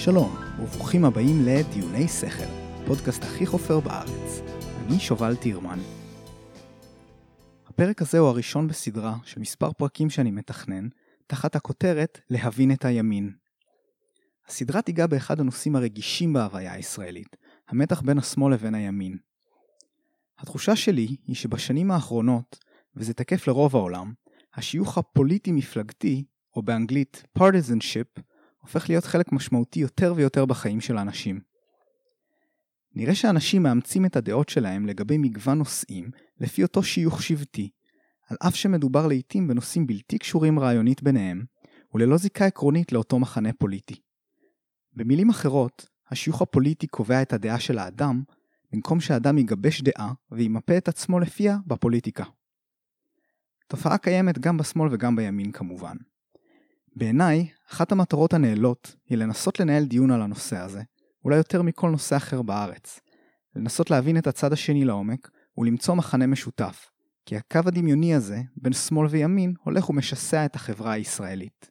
שלום, וברוכים הבאים לדיוני שכל, פודקאסט הכי חופר בארץ. אני שובל תירמן. הפרק הזה הוא הראשון בסדרה של מספר פרקים שאני מתכנן, תחת הכותרת להבין את הימין. הסדרה תיגע באחד הנושאים הרגישים בהוויה הישראלית, המתח בין השמאל לבין הימין. התחושה שלי היא שבשנים האחרונות, וזה תקף לרוב העולם, השיוך הפוליטי-מפלגתי, או באנגלית partisanship, הופך להיות חלק משמעותי יותר ויותר בחיים של האנשים. נראה שאנשים מאמצים את הדעות שלהם לגבי מגוון נושאים לפי אותו שיוך שבטי, על אף שמדובר לעתים בנושאים בלתי קשורים רעיונית ביניהם, וללא זיקה עקרונית לאותו מחנה פוליטי. במילים אחרות, השיוך הפוליטי קובע את הדעה של האדם, במקום שהאדם יגבש דעה וימפה את עצמו לפיה בפוליטיקה. תופעה קיימת גם בשמאל וגם בימין כמובן. בעיניי, אחת המטרות הנעלות היא לנסות לנהל דיון על הנושא הזה, אולי יותר מכל נושא אחר בארץ. לנסות להבין את הצד השני לעומק ולמצוא מחנה משותף, כי הקו הדמיוני הזה בין שמאל וימין הולך ומשסע את החברה הישראלית.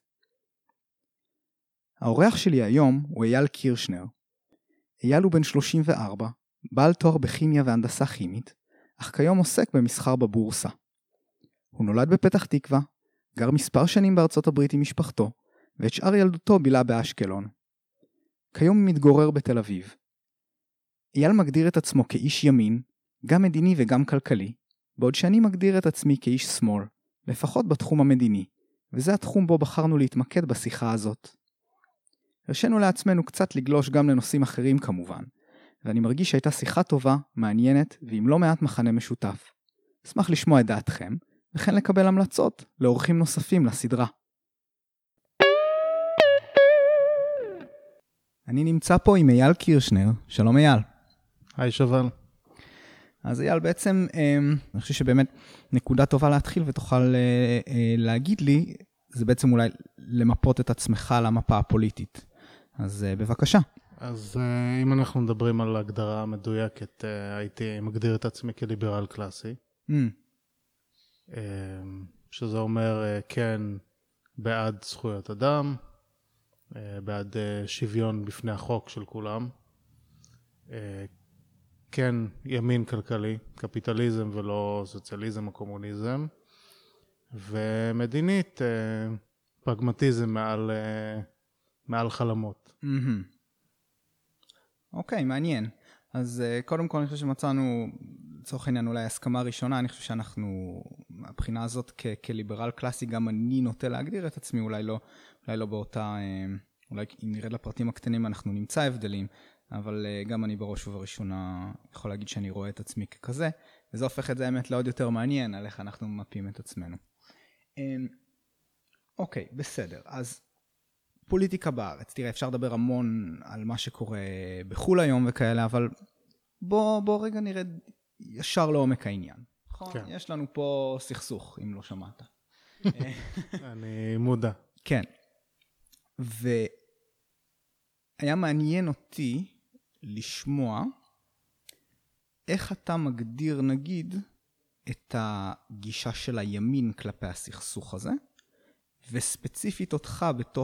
האורח שלי היום הוא אייל קירשנר. אייל הוא בן 34, בעל תואר בכימיה והנדסה כימית, אך כיום עוסק במסחר בבורסה. הוא נולד בפתח תקווה, גר מספר שנים בארצות הברית עם משפחתו, ואת שאר ילדותו בילה באשקלון. כיום מתגורר בתל אביב. אייל מגדיר את עצמו כאיש ימין, גם מדיני וגם כלכלי, בעוד שאני מגדיר את עצמי כאיש שמאל, לפחות בתחום המדיני, וזה התחום בו בחרנו להתמקד בשיחה הזאת. הרשינו לעצמנו קצת לגלוש גם לנושאים אחרים כמובן, ואני מרגיש שהייתה שיחה טובה, מעניינת, ועם לא מעט מחנה משותף. אשמח לשמוע את דעתכם, וכן לקבל המלצות לאורחים נוספים לסדרה. אני נמצא פה עם אייל קירשנר. שלום אייל. היי שובל. אז אייל, בעצם אני חושב שבאמת נקודה טובה להתחיל ותוכל להגיד לי, זה בעצם אולי למפות את עצמך למפה הפוליטית. אז בבקשה. אז אם אנחנו מדברים על הגדרה מדויקת, הייתי מגדיר את עצמי כליברל קלאסי. שזה אומר כן בעד זכויות אדם, בעד שוויון בפני החוק של כולם, כן ימין כלכלי, קפיטליזם ולא סוציאליזם או קומוניזם, ומדינית פרגמטיזם מעל חלומות. אוקיי, מעניין. אז קודם כל אני חושב שמצאנו לצורך העניין אולי הסכמה ראשונה. אני חושב שאנחנו מהבחינה הזאת כליברל קלאסי, גם אני נוטה להגדיר את עצמי, אולי לא באותה, אולי אם נרד לפרטים הקטנים אנחנו נמצא הבדלים, אבל גם אני בראש ובראשונה יכול להגיד שאני רואה את עצמי ככזה, וזה הופך את זה האמת לעוד יותר מעניין על איך אנחנו מפים את עצמנו. אוקיי, בסדר. אז פוליטיקה בארץ, תראה, אפשר לדבר המון על מה שקורה בחול היום וכאלה, אבל בוא רגע נרד ישר לעומק העניין. נכון? כן. יש לנו פה סכסוך, אם לא שמעת. אני מודע. כן. והיה מעניין אותי לשמוע איך אתה מגדיר, נגיד, את הגישה של הימין כלפי הסכסוך הזה, וספציפית אותך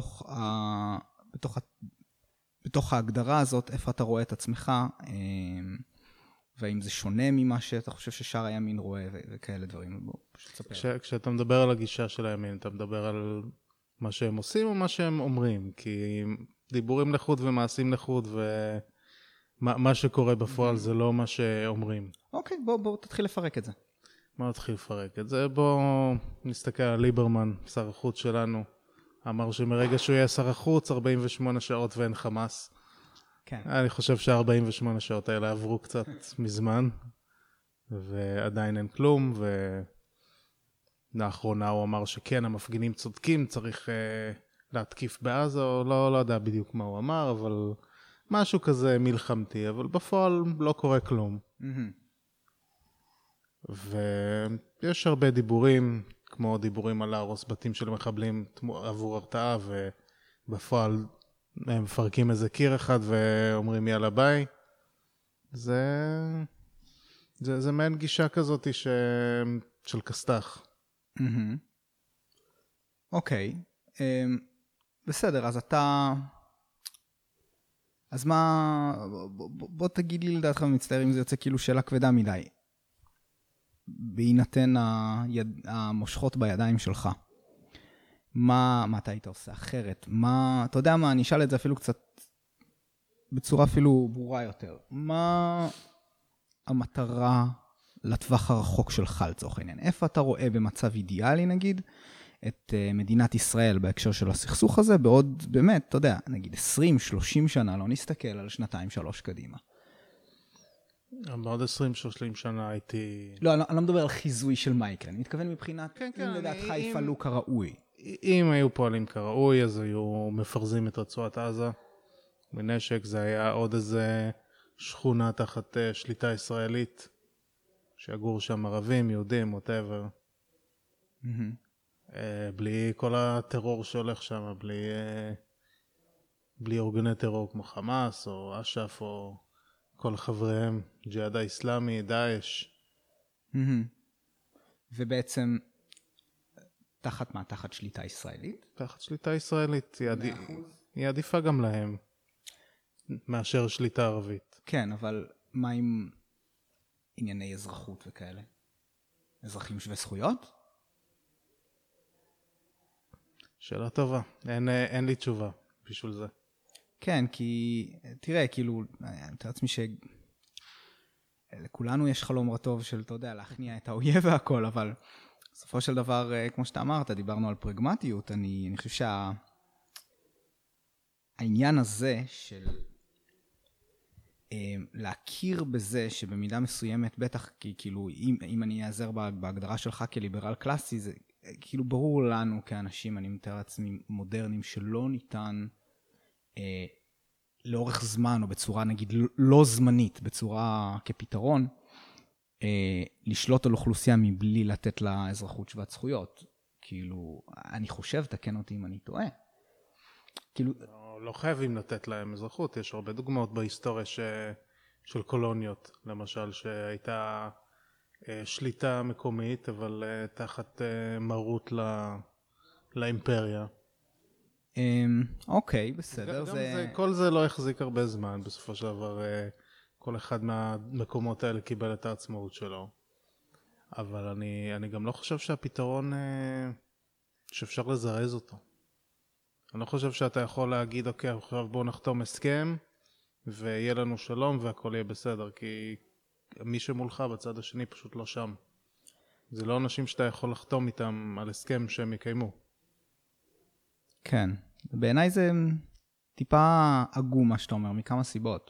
בתוך ההגדרה הזאת, איפה אתה רואה את עצמך, והאם זה שונה ממה שאתה חושב ששאר הימין רואה וכאלה דברים. בוא, פשוט תספר. כשאתה מדבר על הגישה של הימין, אתה מדבר על מה שהם עושים או מה שהם אומרים? כי דיבורים לחוד ומעשים לחוד, ומה שקורה בפועל זה לא מה שאומרים. אוקיי, בוא תתחיל לפרק את זה. מה נתחיל לפרק את זה? בוא נסתכל על ליברמן, שר החוץ שלנו. אמר שמרגע שהוא יהיה שר החוץ, 48 שעות ואין חמאס. כן. אני חושב ש48 שעות האלה עברו קצת מזמן, ועדיין אין כלום, ולאחרונה הוא אמר שכן, המפגינים צודקים, צריך להתקיף בעזה, או לא יודע בדיוק מה הוא אמר, אבל משהו כזה מלחמתי, אבל בפועל לא קורה כלום. ויש הרבה דיבורים, כמו דיבורים על להרוס בתים של מחבלים עבור הרתעה, ובפועל הם מפרקים איזה קיר אחד ואומרים יאללה ביי. זה מעין גישה כזאת של כסתח. אוקיי. בסדר, אז אתה אז מה, בוא תגיד לי לדעתך, ומצטער אם זה יוצא כאילו שאלה כבדה מדי. בהינתן המושכות בידיים שלך. מה אתה היית עושה אחרת? אתה יודע מה, אני אשאל את זה אפילו קצת, בצורה אפילו ברורה יותר. מה המטרה לטווח הרחוק שלך לצורך העניין? איפה אתה רואה במצב אידיאלי נגיד, את מדינת ישראל בהקשר של הסכסוך הזה, בעוד באמת, אתה יודע, נגיד 20-30 שנה, לא נסתכל על 2-3 קדימה. בעוד 20-30 שנה הייתי... לא, אני לא מדבר על חיזוי של מייקל, אני מתכוון מבחינת, כן, אם לדעתך יפעלו כראוי. אם היו פועלים כראוי, אז היו מפרזים את רצועת עזה. בנשק זה היה עוד איזה שכונה תחת שליטה ישראלית, שיגור שם ערבים, יהודים, whatever. בלי כל הטרור שהולך שם, בלי ארגוני טרור כמו חמאס או אש"ף או כל חבריהם, ג'יהאד האסלאמי, דאעש. ובעצם תחת מה? תחת שליטה ישראלית? תחת שליטה ישראלית, היא עדיפה גם להם מאשר שליטה ערבית. כן, אבל מה עם ענייני אזרחות וכאלה? אזרחים שווה זכויות? שאלה טובה, אין לי תשובה בשביל זה. כן, כי תראה, כאילו, אני מתאר לעצמי שלכולנו יש חלום רטוב של, אתה יודע, להכניע את האויב והכל, אבל בסופו של דבר, כמו שאתה אמרת, דיברנו על פרגמטיות, אני חושב שהעניין הזה של להכיר בזה שבמידה מסוימת, בטח, כי כאילו, אם אני אעזר בהגדרה שלך כליברל קלאסי, זה כאילו ברור לנו כאנשים, אני מתאר לעצמי מודרניים, שלא ניתן לאורך זמן, או בצורה נגיד לא זמנית, בצורה כפתרון, לשלוט על אוכלוסייה מבלי לתת לה אזרחות שוות זכויות. כאילו, אני חושב, תקן אותי אם אני טועה. כאילו... לא חייבים לתת להם אזרחות, יש הרבה דוגמאות בהיסטוריה של קולוניות, למשל שהייתה שליטה מקומית, אבל תחת מרות לאימפריה. אוקיי, בסדר. כל זה לא החזיק הרבה זמן, בסופו של דבר כל אחד מהמקומות האלה קיבל את העצמאות שלו. אבל אני גם לא חושב שהפתרון שאפשר לזרז אותו. אני לא חושב שאתה יכול להגיד, אוקיי, עכשיו בואו נחתום הסכם ויהיה לנו שלום והכל יהיה בסדר, כי מי שמולך בצד השני פשוט לא שם. זה לא אנשים שאתה יכול לחתום איתם על הסכם שהם יקיימו. כן, בעיניי זה טיפה עגום מה שאתה אומר, מכמה סיבות.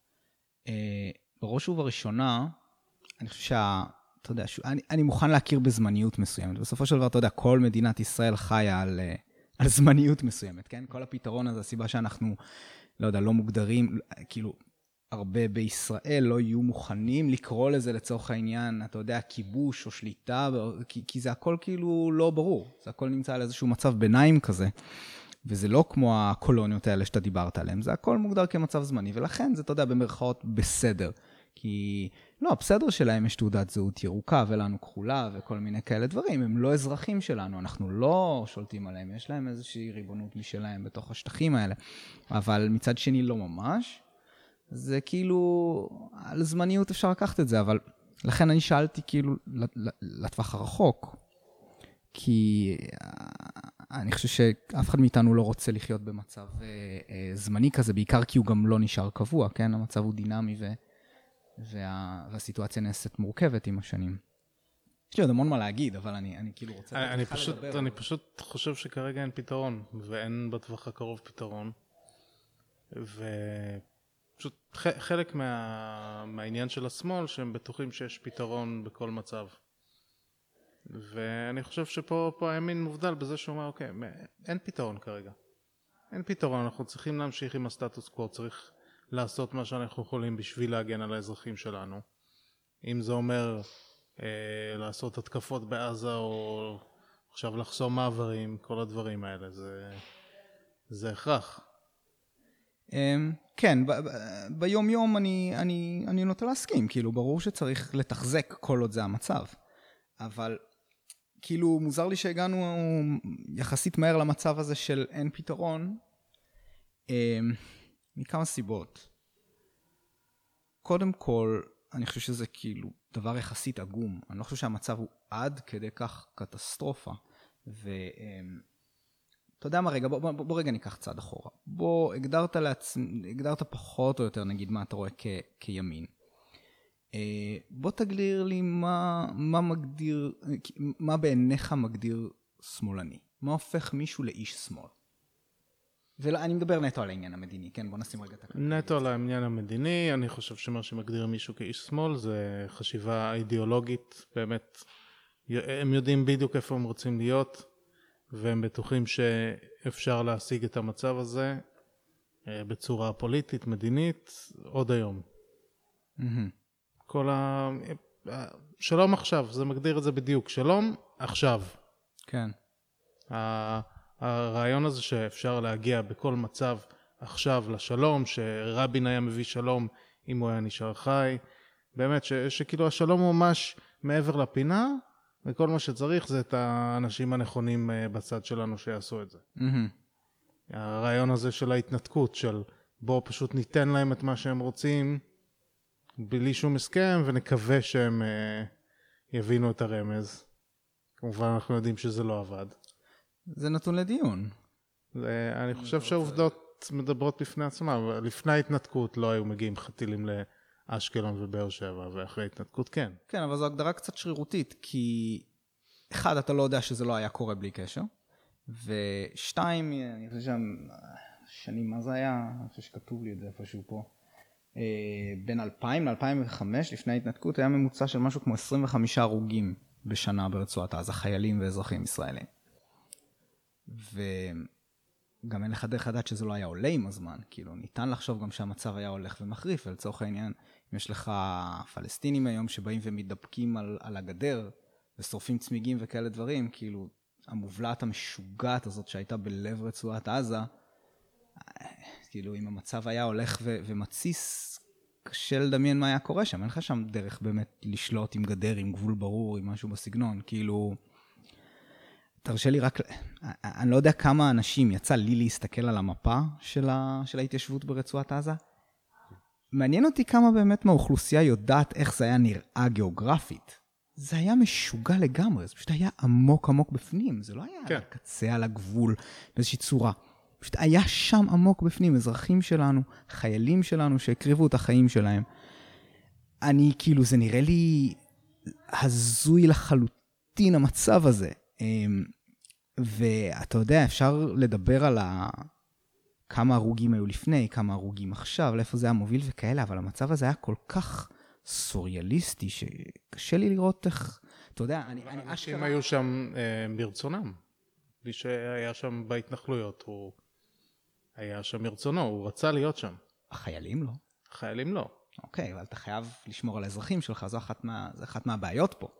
בראש ובראשונה, אני חושב אתה יודע, אני מוכן להכיר בזמניות מסוימת. בסופו של דבר, אתה יודע, כל מדינת ישראל חיה על זמניות מסוימת, כן? כל הפתרון הזה, הסיבה שאנחנו, לא יודע, לא מוגדרים, כאילו, הרבה בישראל לא יהיו מוכנים לקרוא לזה לצורך העניין, אתה יודע, כיבוש או שליטה, כי זה הכל כאילו לא ברור. זה הכל נמצא על איזשהו מצב ביניים כזה. וזה לא כמו הקולוניות האלה שאתה דיברת עליהן, זה הכל מוגדר כמצב זמני, ולכן זה, אתה יודע, במרכאות בסדר. כי, לא, בסדר שלהם יש תעודת זהות ירוקה ולנו כחולה וכל מיני כאלה דברים, הם לא אזרחים שלנו, אנחנו לא שולטים עליהם, יש להם איזושהי ריבונות משלהם בתוך השטחים האלה, אבל מצד שני לא ממש, זה כאילו, על זמניות אפשר לקחת את זה, אבל לכן אני שאלתי כאילו לטווח הרחוק, כי אני חושב שאף אחד מאיתנו לא רוצה לחיות במצב זמני כזה, בעיקר כי הוא גם לא נשאר קבוע, כן? המצב הוא דינמי והסיטואציה נעשית מורכבת עם השנים. יש לי עוד המון מה להגיד, אבל אני כאילו רוצה... אני פשוט חושב שכרגע אין פתרון, ואין בטווח הקרוב פתרון. ופשוט חלק מהעניין של השמאל, שהם בטוחים שיש פתרון בכל מצב. ואני חושב שפה הימין מובדל בזה שהוא אומר, אוקיי, אין פתרון כרגע. אין פתרון, אנחנו צריכים להמשיך עם הסטטוס קוו, צריך לעשות מה שאנחנו יכולים בשביל להגן על האזרחים שלנו. אם זה אומר לעשות התקפות בעזה או עכשיו לחסום מעברים, כל הדברים האלה, זה הכרח. כן, ביום יום אני נוטה להסכים, כאילו ברור שצריך לתחזק כל עוד זה המצב, אבל כאילו מוזר לי שהגענו יחסית מהר למצב הזה של אין פתרון, מכמה סיבות. קודם כל, אני חושב שזה כאילו דבר יחסית עגום. אני לא חושב שהמצב הוא עד כדי כך קטסטרופה. אתה יודע מה רגע, בוא רגע ניקח צעד אחורה. בוא, הגדרת פחות או יותר, נגיד, מה אתה רואה כימין. בוא תגדיר לי מה בעיניך מגדיר שמאלני. מה הופך מישהו לאיש שמאל? ואני מדבר נטו על העניין המדיני, כן? בוא נשים רגע את הכלל. נטו על העניין המדיני, אני חושב שמה שמגדיר מישהו כאיש שמאל זה חשיבה אידיאולוגית, באמת. הם יודעים בדיוק איפה הם רוצים להיות, והם בטוחים שאפשר להשיג את המצב הזה בצורה פוליטית, מדינית, עוד היום. שלום עכשיו, זה מגדיר את זה בדיוק. שלום עכשיו. כן. הרעיון הזה שאפשר להגיע בכל מצב עכשיו לשלום, שרבין היה מביא שלום אם הוא היה נשאר חי, באמת שכאילו השלום הוא ממש מעבר לפינה, וכל מה שצריך זה את האנשים הנכונים בצד שלנו שיעשו את זה. הרעיון הזה של ההתנתקות, של בוא פשוט ניתן להם את מה שהם רוצים, בלי שום הסכם, ונקווה שהם יבינו את הרמז. כמובן אנחנו יודעים שזה לא עבד. זה נתון לדיון. אני חושב שהעובדות מדברות בפני עצמם. לפני ההתנתקות לא היו מגיעים חטילים לאשקלון ובאר שבע, ואחרי ההתנתקות כן. כן, אבל זו הגדרה קצת שרירותית, כי אחד, אתה לא יודע שזה לא היה קורה בלי קשר, ושתיים, אני חושב שנים, מה זה היה? אני חושב שכתוב לי את זה איפשהו פה. בין 2000 ל-2005, לפני ההתנתקות, היה ממוצע של משהו כמו 25 הרוגים בשנה ברצועת עזה, חיילים ואזרחים ישראלים. וגם אין לך דרך לדעת שזה לא היה עולה עם הזמן, כאילו ניתן לחשוב גם שהמצב היה הולך ומחריף, ולצורך העניין, אם יש לך פלסטינים היום שבאים ומתדפקים על הגדר, ושורפים צמיגים וכאלה דברים, כאילו המובלעת המשוגעת הזאת שהייתה בלב רצועת עזה, כאילו אם המצב היה הולך ומציס, קשה לדמיין מה היה קורה שם, אין לך שם דרך באמת לשלוט עם גדר, עם גבול ברור, עם משהו בסגנון, כאילו, תרשה לי רק, אני לא יודע כמה אנשים יצא לי להסתכל על המפה של ההתיישבות ברצועת עזה, מעניין אותי כמה באמת מהאוכלוסייה יודעת איך זה היה נראה גיאוגרפית, זה היה משוגע לגמרי, זה פשוט היה עמוק עמוק בפנים, זה לא היה כן. קצה על הגבול באיזושהי צורה, פשוט היה שם עמוק בפנים, אזרחים שלנו, חיילים שלנו שהקריבו את החיים שלהם. אני כאילו, זה נראה לי הזוי לחלוטין המצב הזה. ואתה יודע, אפשר לדבר על כמה הרוגים היו לפני, כמה הרוגים עכשיו, לאיפה זה היה מוביל וכאלה, אבל המצב הזה היה כל כך סוריאליסטי, שקשה לי לראות איך, אתה יודע, אנשים היו שם ברצונם. מי שהיה שם בהתנחלויות, הוא היה שם מרצונו, הוא רצה להיות שם. החיילים לא. החיילים לא. אוקיי, אבל אתה חייב לשמור על האזרחים שלך, זו אחת מהבעיות פה.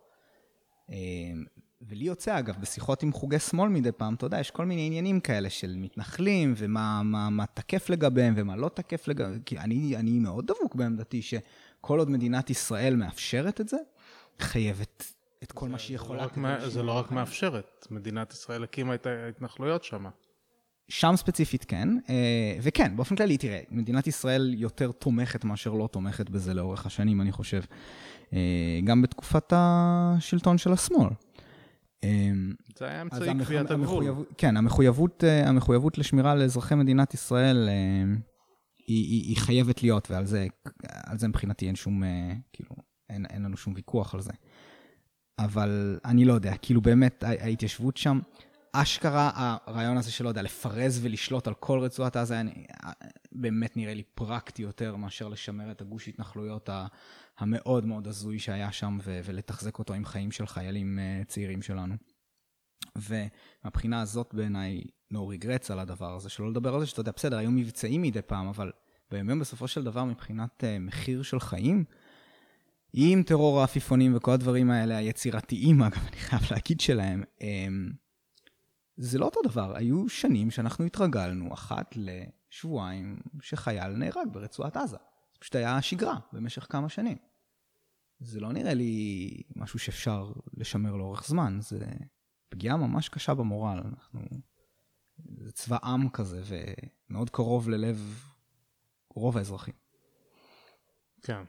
ולי יוצא, אגב, בשיחות עם חוגי שמאל מדי פעם, אתה יודע, יש כל מיני עניינים כאלה של מתנחלים, ומה תקף לגביהם, ומה לא תקף לגביהם, כי אני מאוד דבוק בעמדתי, שכל עוד מדינת ישראל מאפשרת את זה, חייבת את כל מה שהיא יכולה. זה לא רק מאפשרת, מדינת ישראל הקימה את ההתנחלויות שם. שם ספציפית כן, וכן, באופן כללי, תראה, מדינת ישראל יותר תומכת מאשר לא תומכת בזה לאורך השנים, אני חושב, גם בתקופת השלטון של השמאל. זה היה אמצעי קביעת הגבול. כן, המחויבות לשמירה על אזרחי מדינת ישראל, היא חייבת להיות, ועל זה מבחינתי אין שום, כאילו, אין לנו שום ויכוח על זה. אבל אני לא יודע, כאילו באמת ההתיישבות שם, אשכרה הרעיון הזה שלא יודע, לפרז ולשלוט על כל רצועת עזה, באמת נראה לי פרקטי יותר מאשר לשמר את הגוש התנחלויות המאוד מאוד הזוי שהיה שם, ולתחזק אותו עם חיים של חיילים צעירים שלנו. ומהבחינה הזאת בעיניי no regrets על הדבר הזה, שלא לדבר על זה שאתה יודע, בסדר, היו מבצעים מדי פעם, אבל בימים בסופו של דבר מבחינת מחיר של חיים, עם טרור העפיפונים וכל הדברים האלה היצירתיים, אגב, אני חייב להגיד שלהם, זה לא אותו דבר. היו שנים שאנחנו התרגלנו אחת לשבועיים שחייל נהרג ברצועת עזה. זה פשוט היה שגרה במשך כמה שנים. זה לא נראה לי משהו שאפשר לשמר לאורך זמן. זה פגיעה ממש קשה במורל. זה צבא עם כזה ומאוד קרוב ללב רוב האזרחים. כן.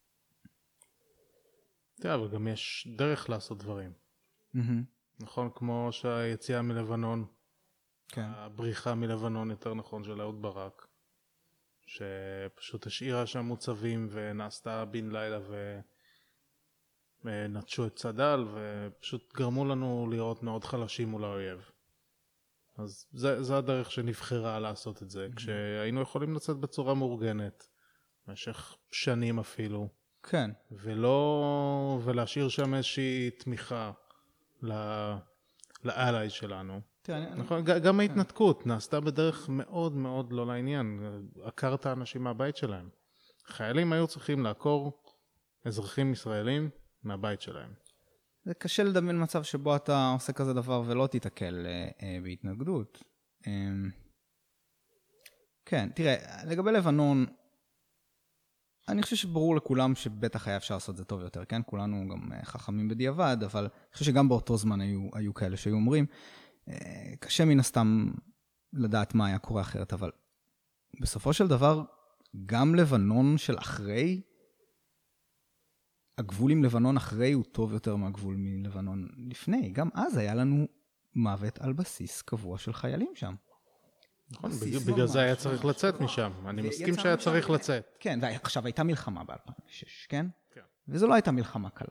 תראה, אבל גם יש דרך לעשות דברים. נכון, כמו שהיציאה מלבנון, כן. הבריחה מלבנון יותר נכון של אהוד ברק, שפשוט השאירה שם מוצבים ונעשתה בן לילה ונטשו את צד"ל ופשוט גרמו לנו לראות מאוד חלשים מול האויב. אז זה הדרך שנבחרה לעשות את זה, כשהיינו יכולים לצאת בצורה מאורגנת, במשך שנים אפילו. כן. ולהשאיר שם איזושהי תמיכה לאלייז שלנו. נכון, גם ההתנתקות נעשתה בדרך מאוד מאוד לא לעניין. עקרת אנשים מהבית שלהם. חיילים היו צריכים לעקור אזרחים ישראלים מהבית שלהם. זה קשה לדמיין מצב שבו אתה עושה כזה דבר ולא תתקל בהתנגדות. כן, תראה, לגבי לבנון, אני חושב שברור לכולם שבטח היה אפשר לעשות זה טוב יותר, כן? כולנו גם חכמים בדיעבד, אבל אני חושב שגם באותו זמן היו כאלה שהיו אומרים, קשה מן הסתם לדעת מה היה קורה אחרת, אבל בסופו של דבר, גם לבנון של אחרי, הגבול עם לבנון אחרי הוא טוב יותר מהגבול מלבנון לפני. גם אז היה לנו מוות על בסיס קבוע של חיילים שם. נכון, בגלל זה היה צריך לצאת משם. אני מסכים שהיה צריך לצאת. כן, ועכשיו הייתה מלחמה ב-2006, כן? כן. וזו לא הייתה מלחמה קלה.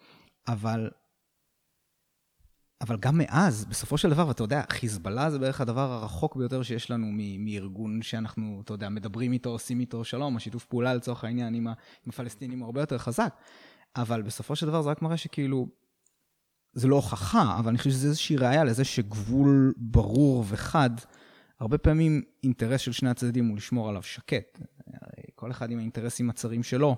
אבל גם מאז, בסופו של דבר, ואתה יודע, חיזבאללה זה בערך הדבר הרחוק ביותר שיש לנו מארגון שאנחנו, אתה יודע, מדברים איתו, עושים איתו שלום, השיתוף פעולה לצורך העניין עם הפלסטינים הוא הרבה יותר חזק. אבל בסופו של דבר זה רק מראה שכאילו, זה לא הוכחה, אבל אני חושב שזה איזושהי ראיה לזה שגבול ברור וחד, הרבה פעמים אינטרס של שני הצדדים הוא לשמור עליו שקט. כל אחד עם האינטרסים הצרים שלו.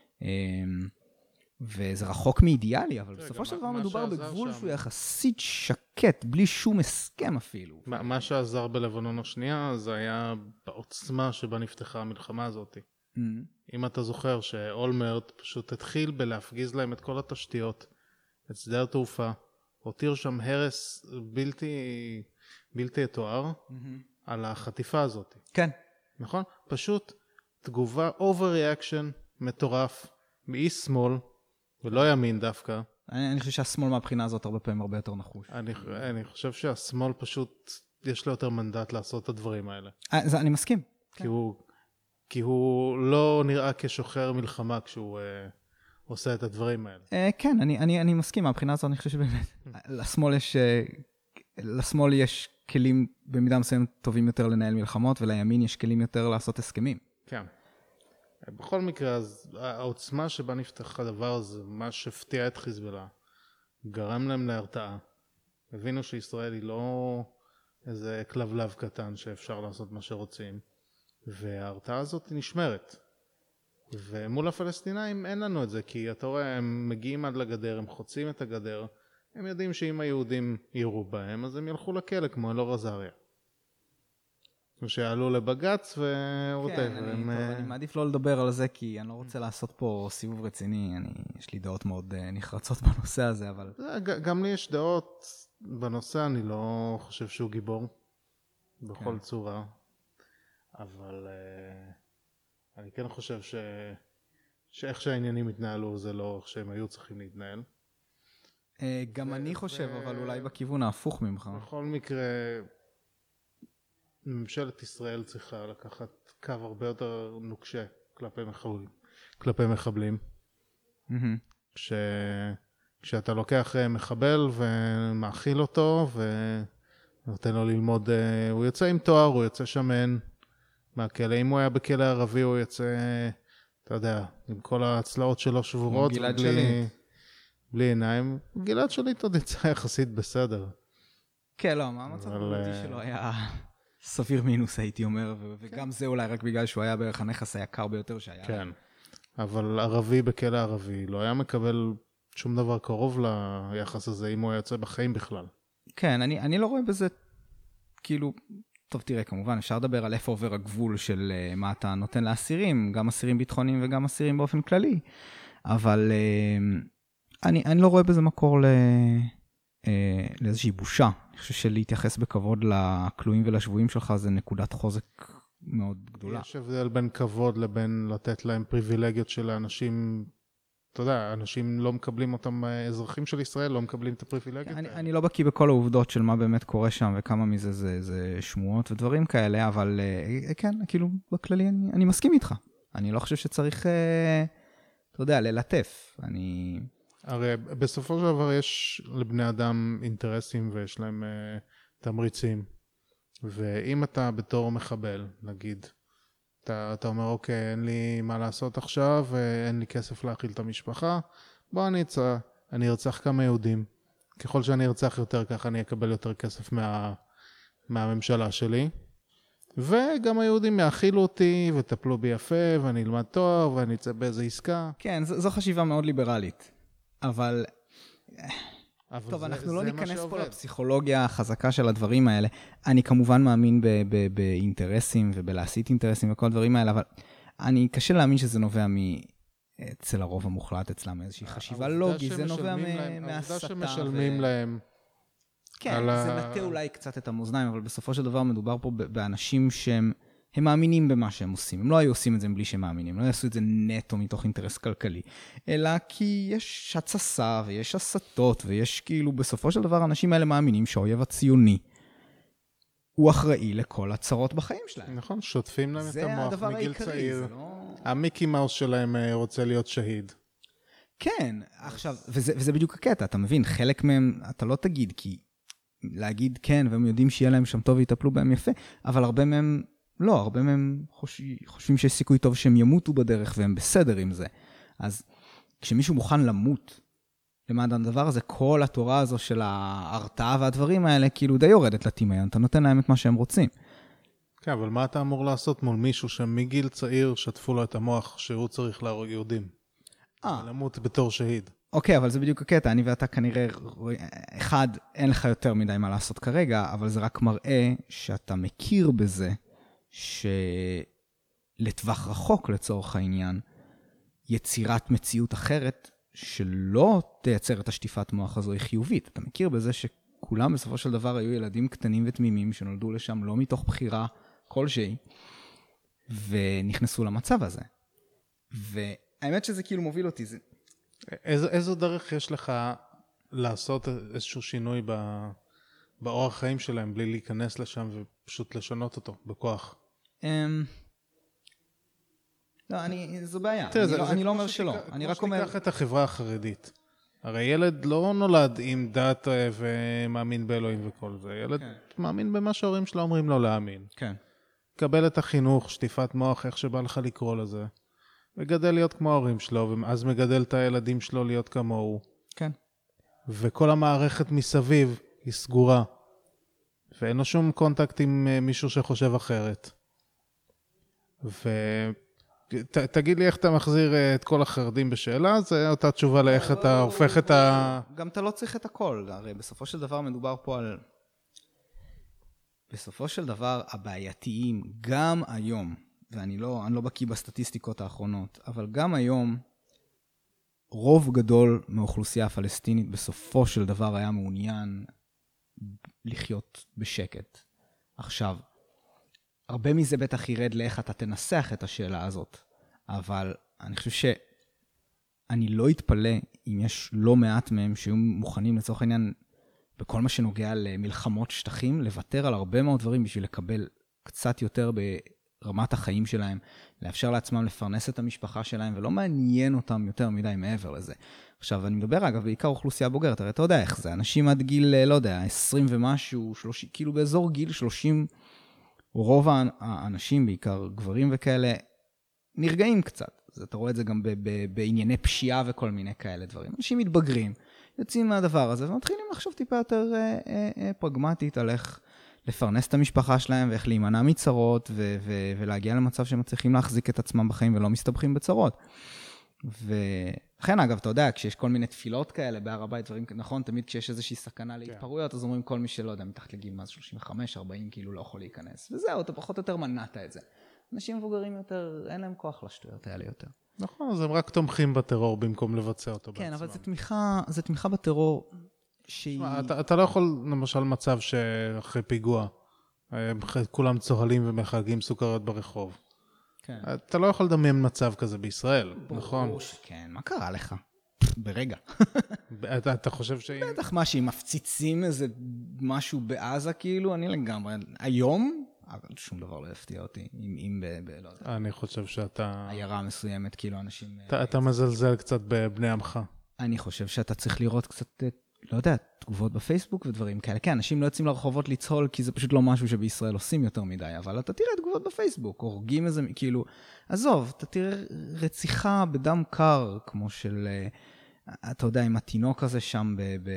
וזה רחוק מאידיאלי, אבל בסופו של דבר מדובר בגבול שהוא יחסית שקט, בלי שום הסכם אפילו. מה שעזר בלבנון השנייה, זה היה בעוצמה שבה נפתחה המלחמה הזאת. אם אתה זוכר שאולמרט פשוט התחיל בלהפגיז להם את כל התשתיות, את שדה התעופה, הותיר שם הרס בלתי יתואר על החטיפה הזאת. כן. נכון? פשוט תגובה, overreaction מטורף, מאיש שמאל, ולא ימין דווקא. אני חושב שהשמאל מהבחינה הזאת הרבה פעמים הרבה יותר נחוש. אני חושב שהשמאל פשוט, יש לו יותר מנדט לעשות את הדברים האלה. אני מסכים. כי הוא לא נראה כשוחר מלחמה כשהוא עושה את הדברים האלה. כן, אני מסכים. מהבחינה הזאת אני חושב שבאמת, לשמאל יש כלים במידה מסוימת טובים יותר לנהל מלחמות, ולימין יש כלים יותר לעשות הסכמים. כן. בכל מקרה, אז העוצמה שבה נפתח הדבר הזה, מה שהפתיע את חיזבאללה, גרם להם להרתעה. הבינו שישראל היא לא איזה כלבלב קטן שאפשר לעשות מה שרוצים, וההרתעה הזאת נשמרת. ומול הפלסטינאים אין לנו את זה, כי אתה רואה, הם מגיעים עד לגדר, הם חוצים את הגדר, הם יודעים שאם היהודים יראו בהם, אז הם ילכו לכלא כמו אלאור עזריה. שעלו לבגץ כן, אני מעדיף לא לדבר על זה, כי אני לא רוצה לעשות פה סיבוב רציני, יש לי דעות מאוד נחרצות בנושא הזה, אבל... גם לי יש דעות בנושא, אני לא חושב שהוא גיבור, בכל צורה, אבל אני כן חושב שאיך שהעניינים התנהלו, זה לא איך שהם היו צריכים להתנהל. גם אני חושב, אבל אולי בכיוון ההפוך ממך. בכל מקרה... ממשלת ישראל צריכה לקחת קו הרבה יותר נוקשה כלפי מחבלים. כשאתה לוקח מחבל ומאכיל אותו ונותן לו ללמוד, הוא יוצא עם תואר, הוא יוצא שמן מהכלא. אם הוא היה בכלא ערבי הוא יוצא, אתה יודע, עם כל הצלעות שלו שבורות. גלעד שליט. בלי עיניים. גלעד שליט עוד יצא יחסית בסדר. כן, לא, מה המצב הבריאותי שלו היה... סביר מינוס הייתי אומר, וגם זה אולי רק בגלל שהוא היה בערך הנכס היקר ביותר שהיה. כן, אבל ערבי בכלא ערבי לא היה מקבל שום דבר קרוב ליחס הזה, אם הוא היה יוצא בחיים בכלל. כן, אני לא רואה בזה, כאילו, טוב תראה, כמובן אפשר לדבר על איפה עובר הגבול של מה אתה נותן לאסירים, גם אסירים ביטחוניים וגם אסירים באופן כללי, אבל אני לא רואה בזה מקור לאיזושהי בושה. אני חושב שלהתייחס בכבוד לכלואים ולשבויים שלך זה נקודת חוזק מאוד גדולה. יש הבדל בין כבוד לבין לתת להם פריבילגיות של האנשים, אתה יודע, אנשים לא מקבלים אותם, אזרחים של ישראל לא מקבלים את הפריבילגיות האלה. אני לא בקיא בכל העובדות של מה באמת קורה שם, וכמה מזה זה שמועות ודברים כאלה, אבל כן, כאילו, בכללי אני מסכים איתך. אני לא חושב שצריך, אתה יודע, ללטף. הרי בסופו של דבר יש לבני אדם אינטרסים ויש להם תמריצים. ואם אתה בתור מחבל, נגיד, אתה אומר, אוקיי, אין לי מה לעשות עכשיו, אין לי כסף להאכיל את המשפחה, בוא אני ארצח כמה יהודים. ככל שאני ארצח יותר, ככה אני אקבל יותר כסף מהממשלה שלי. וגם היהודים יאכילו אותי וטפלו בי יפה, ואני אלמד תואר, ואני אצא באיזו עסקה. כן, זו חשיבה מאוד ליברלית. אבל טוב, אנחנו לא ניכנס פה לפסיכולוגיה החזקה של הדברים האלה. אני כמובן מאמין באינטרסים ובלהסיט אינטרסים וכל הדברים האלה, אבל אני קשה להאמין שזה נובע אצל הרוב המוחלט אצלם איזושהי חשיבה לוגית, זה נובע מהסתה. העובדה שמשלמים להם. כן, זה נטה אולי קצת את המאזניים, אבל בסופו של דבר מדובר פה באנשים שהם מאמינים במה שהם עושים. הם לא היו עושים את זה בלי שהם מאמינים, לא יעשו את זה נטו מתוך אינטרס כלכלי, אלא כי יש הצסה ויש הסתות, ויש כאילו בסופו של דבר האנשים האלה מאמינים שהאויב הציוני הוא אחראי לכל הצרות בחיים שלהם. נכון, שוטפים להם את המוח מגיל צעיר. לא... המיקי מאוס שלהם רוצה להיות שהיד. כן, עכשיו, וזה בדיוק הקטע, אתה מבין, חלק מהם אתה לא תגיד, כי להגיד כן, והם יודעים שיהיה להם שם טוב ויטפלו בהם יפה, אבל הרבה מהם לא, הרבה מהם חושבים שיש סיכוי טוב שהם ימותו בדרך והם בסדר עם זה. אז כשמישהו מוכן למות למען הדבר הזה, כל התורה הזו של ההרתעה והדברים האלה כאילו די יורדת לטמיון, אתה נותן להם את מה שהם רוצים. כן, אבל מה אתה אמור לעשות מול מישהו שמגיל צעיר שטפו לו את המוח שהוא צריך להרוג יהודים? למות בתור שהיד. אוקיי, אבל זה בדיוק הקטע, אני ואתה כנראה, אחד, אין לך יותר מדי מה לעשות כרגע, אבל זה רק מראה שאתה מכיר בזה, שלטווח רחוק לצורך העניין, יצירת מציאות אחרת, שלא תייצר את השטיפת מוח הזו היא חיובית. אתה מכיר בזה שכולם בסופו של דבר היו ילדים קטנים ותמימים, שנולדו לשם לא מתוך בחירה כלשהי, ונכנסו למצב הזה. והאמת שזה כאילו מוביל אותי, זה... איזו דרך יש לך לעשות איזשהו שינוי באורח חיים שלהם, בלי להיכנס לשם ופשוט לשנות אותו בכוח? לא, זו בעיה. אני לא אומר שלא. אני רק אומר... תיקח את החברה החרדית. הרי ילד לא נולד עם דת ומאמין באלוהים וכל זה. ילד מאמין במה שההורים שלו אומרים לו להאמין. כן. קבל את החינוך, שטיפת מוח, איך שבא לך לקרוא לזה. וגדל להיות כמו ההורים שלו, ואז מגדל את הילדים שלו להיות כמוהו. כן. וכל המערכת מסביב היא סגורה. ואין לו שום קונטקט עם מישהו שחושב אחרת. ותגיד לי איך אתה מחזיר את כל החרדים בשאלה, זה אותה תשובה לאיך אתה הופך את גם אתה לא צריך את הכל, הרי בסופו של דבר מדובר פה על... בסופו של דבר הבעייתיים, גם היום, ואני לא בקיא בסטטיסטיקות האחרונות, אבל גם היום, רוב גדול מאוכלוסייה הפלסטינית בסופו של דבר היה מעוניין לחיות בשקט. עכשיו, הרבה מזה בטח ירד לאיך אתה תנסח את השאלה הזאת, אבל אני חושב שאני לא אתפלא אם יש לא מעט מהם שהיו מוכנים לצורך העניין, בכל מה שנוגע למלחמות שטחים, לוותר על הרבה מאוד דברים בשביל לקבל קצת יותר ברמת החיים שלהם, לאפשר לעצמם לפרנס את המשפחה שלהם, ולא מעניין אותם יותר מדי מעבר לזה. עכשיו, אני מדבר אגב בעיקר אוכלוסייה בוגרת, הרי אתה יודע איך זה, אנשים עד גיל, לא יודע, 20 ומשהו, 30, כאילו באזור גיל 30, רוב האנשים, בעיקר גברים וכאלה, נרגעים קצת. אז אתה רואה את זה גם בענייני פשיעה וכל מיני כאלה דברים. אנשים מתבגרים, יוצאים מהדבר הזה, ומתחילים לחשוב טיפה יותר פרגמטית על איך לפרנס את המשפחה שלהם, ואיך להימנע מצרות, ולהגיע למצב שהם צריכים להחזיק את עצמם בחיים, ולא מסתבכים בצרות. ולכן, אגב, אתה יודע, כשיש כל מיני תפילות כאלה בהר הבית, דברים, נכון, תמיד כשיש איזושהי סכנה להתפרעויות, אז אומרים כל מי שלא יודע, מתחת לגיל מה, 35, 40, כאילו לא יכול להיכנס. וזהו, אתה פחות או יותר מנעת את זה. אנשים מבוגרים יותר, אין להם כוח לשטויות האלה יותר. נכון, אז הם רק תומכים בטרור במקום לבצע אותו בעצמם. כן, אבל זה תמיכה בטרור שהיא... אתה לא יכול, למשל, מצב שאחרי פיגוע, כולם צוהלים ומחגים סוכריות ברחוב. כן. אתה לא יכול לדמיין מצב כזה בישראל, נכון? כן, מה קרה לך? ברגע. אתה חושב שהיא... בטח מה, שאם מפציצים איזה משהו בעזה, כאילו, אני לגמרי... היום, שום דבר לא יפתיע אותי, אם לא יודע. אני חושב שאתה... עיירה מסוימת, כאילו, אנשים... אתה מזלזל קצת בבני עמך. אני חושב שאתה צריך לראות קצת, לא יודע, תגובות בפייסבוק ודברים כאלה. כן, אנשים לא יוצאים לרחובות לצהול, כי זה פשוט לא משהו שבישראל עושים יותר מדי, אבל אתה תראה תגובות בפייסבוק, הורגים איזה, כאילו, עזוב, אתה תראה רציחה בדם קר, כמו של, אתה יודע, עם התינוק הזה שם,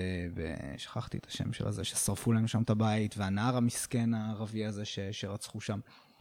שכחתי את השם של הזה, ששרפו להם שם את הבית, והנער המסכן הערבי הזה שרצחו שם.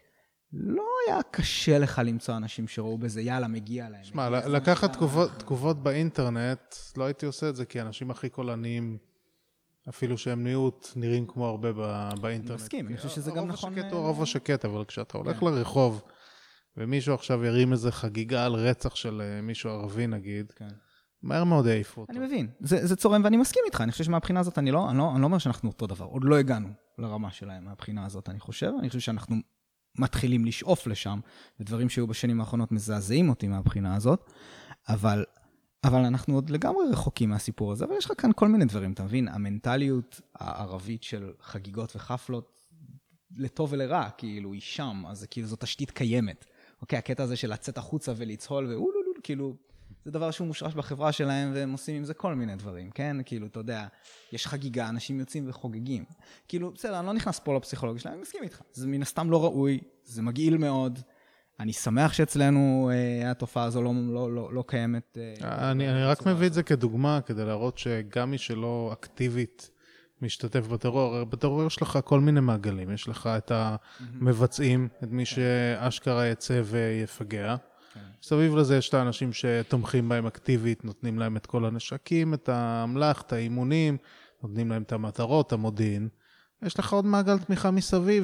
לא היה קשה לך למצוא אנשים שראו בזה, יאללה, מגיע להם. שמע, לקחת תגובות באינטרנט, לא הייתי עושה את זה, כי האנשים הכי קולניים, אפילו שהם מיעוט, נראים כמו הרבה באינטרנט. אני מסכים, אני חושב שזה גם נכון. הרוב השקט הוא הרוב השקט, אבל כשאתה הולך לרחוב, ומישהו עכשיו ירים איזה חגיגה על רצח של מישהו ערבי נגיד, מהר מאוד העיפו אותו. אני מבין, זה צורם ואני מסכים איתך, אני חושב שמהבחינה הזאת אני לא אומר שאנחנו אותו דבר, עוד לא הגענו לרמה שלהם מהבחינה הזאת, אני חושב שאנחנו מתחילים לשאוף לשם, ודברים שהיו בשנים האחרונות מזעזעים אותי מהבחינה הזאת, אבל אנחנו עוד לגמרי רחוקים מהסיפור הזה, אבל יש לך כאן כל מיני דברים, אתה מבין? המנטליות הערבית של חגיגות וחפלות, לטוב ולרע, כאילו, היא שם, אז כאילו זו תשתית קיימת. אוקיי, הקטע הזה של לצאת החוצה ולצהול, כאילו, זה דבר שהוא מושרש בחברה שלהם, והם עושים עם זה כל מיני דברים, כן? כאילו, אתה יודע, יש חגיגה, אנשים יוצאים וחוגגים. כאילו, בסדר, אני לא נכנס פה לפסיכולוגיה שלהם, אני מסכים איתך. זה מן הסתם לא ראוי, זה מגעיל מאוד. אני שמח שאצלנו התופעה הזו לא קיימת. אני רק מביא את זה כדוגמה, כדי להראות שגם מי שלא אקטיבית משתתף בטרור, בטרור יש לך כל מיני מעגלים. יש לך את המבצעים, את מי שאשכרה יצא ויפגע. סביב לזה יש את האנשים שתומכים בהם אקטיבית, נותנים להם את כל הנשקים, את האמל"ח, את האימונים, נותנים להם את המטרות, המודיעין. יש לך עוד מעגל תמיכה מסביב